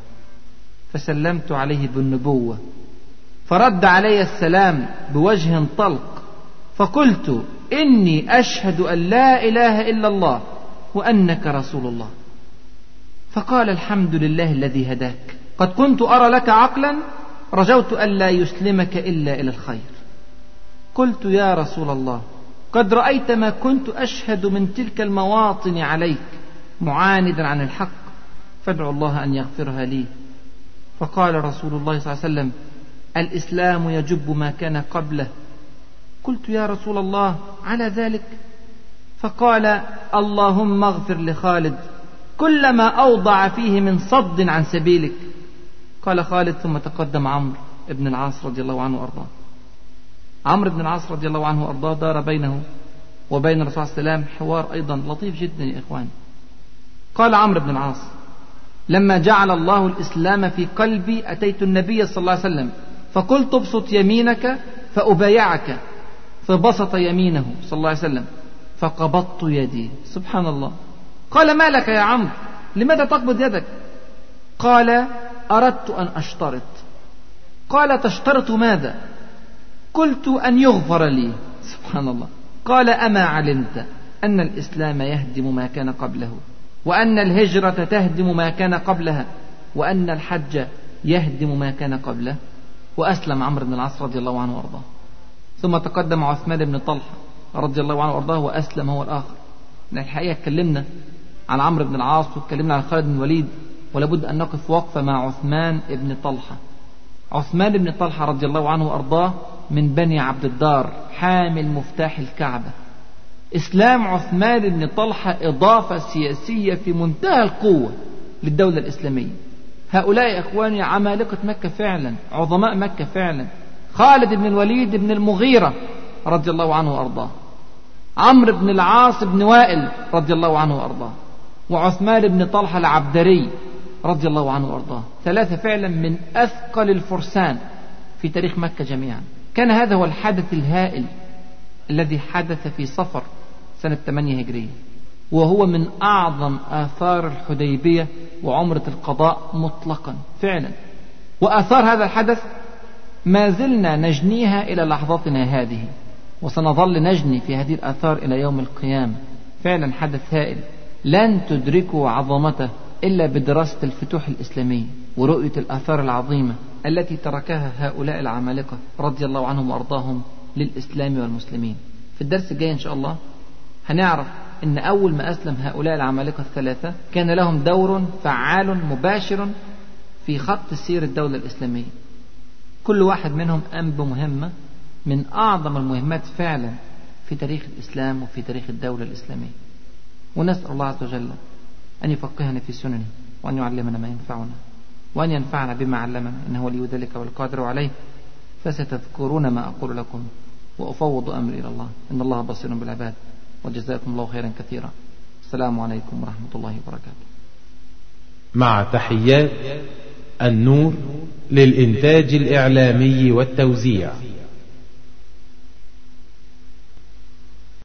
[SPEAKER 2] فسلمت عليه بالنبوة، فرد علي السلام بوجه طلق، فقلت: إني أشهد أن لا إله إلا الله وأنك رسول الله. فقال: الحمد لله الذي هداك، قد كنت أرى لك عقلا رجوت ألا يسلمك إلا إلى الخير. قلت: يا رسول الله، قد رأيت ما كنت أشهد من تلك المواطن عليك معاندا عن الحق، فادعو الله أن يغفرها لي. فقال رسول الله صلى الله عليه وسلم: الإسلام يجب ما كان قبله. قلت: يا رسول الله على ذلك؟ فقال: اللهم اغفر لخالد كل ما أوضع فيه من صد عن سبيلك. قال خالد: ثم تقدم عمرو بن العاص رضي الله عنه وأرضاه. عمرو بن العاص رضي الله عنه وأرضاه دار بينه وبين الرسول صلى الله عليه وسلم حوار أيضا لطيف جدا يا إخوان. قال عمرو بن العاص: لما جعل الله الإسلام في قلبي أتيت النبي صلى الله عليه وسلم فقلت: ابسط يمينك فأبايعك، فبسط يمينه صلى الله عليه وسلم فقبضت يدي. سبحان الله. قال: ما لك يا عمرو، لماذا تقبض يدك؟ قال: أردت أن أشترط. قال: تشترط ماذا؟ قلت: أن يغفر لي. سبحان الله. قال: أما علمت أن الإسلام يهدم ما كان قبله، وأن الهجرة تهدم ما كان قبلها، وأن الحج يهدم ما كان قبله؟ وأسلم عمرو بن العاص رضي الله عنه وأرضاه. ثم تقدم عثمان بن طلحة رضي الله عنه وأرضاه وأسلم هو الآخر. الحقيقة اتكلمنا عن عمرو بن العاص واتكلمنا عن خالد بن الوليد، ولابد أن نقف وقفة مع عثمان بن طلحة. عثمان بن طلحة رضي الله عنه وأرضاه من بني عبد الدار، حامل مفتاح الكعبة. إسلام عثمان بن طلحة إضافة سياسية في منتهى القوة للدولة الإسلامية. هؤلاء إخواني عمالقة مكة فعلا، عظماء مكة فعلا. خالد بن الوليد بن المغيرة رضي الله عنه وأرضاه، عمرو بن العاص بن وائل رضي الله عنه وأرضاه، وعثمان بن طلحة العبدري رضي الله عنه وأرضاه، ثلاثة فعلا من أثقل الفرسان في تاريخ مكة جميعا. كان هذا هو الحدث الهائل الذي حدث في صفر سنة ثمانية هجرية، وهو من أعظم آثار الحديبية وعمرة القضاء مطلقا فعلا. وآثار هذا الحدث ما زلنا نجنيها إلى لحظتنا هذه، وسنظل نجني في هذه الآثار إلى يوم القيامة. فعلا حدث هائل لن تدركوا عظمته إلا بدراسة الفتوح الإسلامية ورؤية الآثار العظيمة التي تركها هؤلاء العمالقة رضي الله عنهم وأرضاهم للإسلام والمسلمين. في الدرس الجاي إن شاء الله هنعرف إن أول ما أسلم هؤلاء العمالقة الثلاثة كان لهم دور فعال مباشر في خط سير الدولة الإسلامية. كل واحد منهم قام بمهمة من أعظم المهمات فعلا في تاريخ الإسلام وفي تاريخ الدولة الإسلامية. ونسأل الله عز وجل أن يفقهنا في سننه، وأن يعلمنا ما ينفعنا، وأن ينفعنا بما علمنا، إنه ولي ذلك والقادر عليه. فستذكرون ما أقول لكم وأفوض أمري إلى الله، إن الله بصير بالعباد. وجزاكم الله خيرا كثيرا. السلام عليكم ورحمة الله وبركاته.
[SPEAKER 1] مع تحيات النور للإنتاج الإعلامي والتوزيع.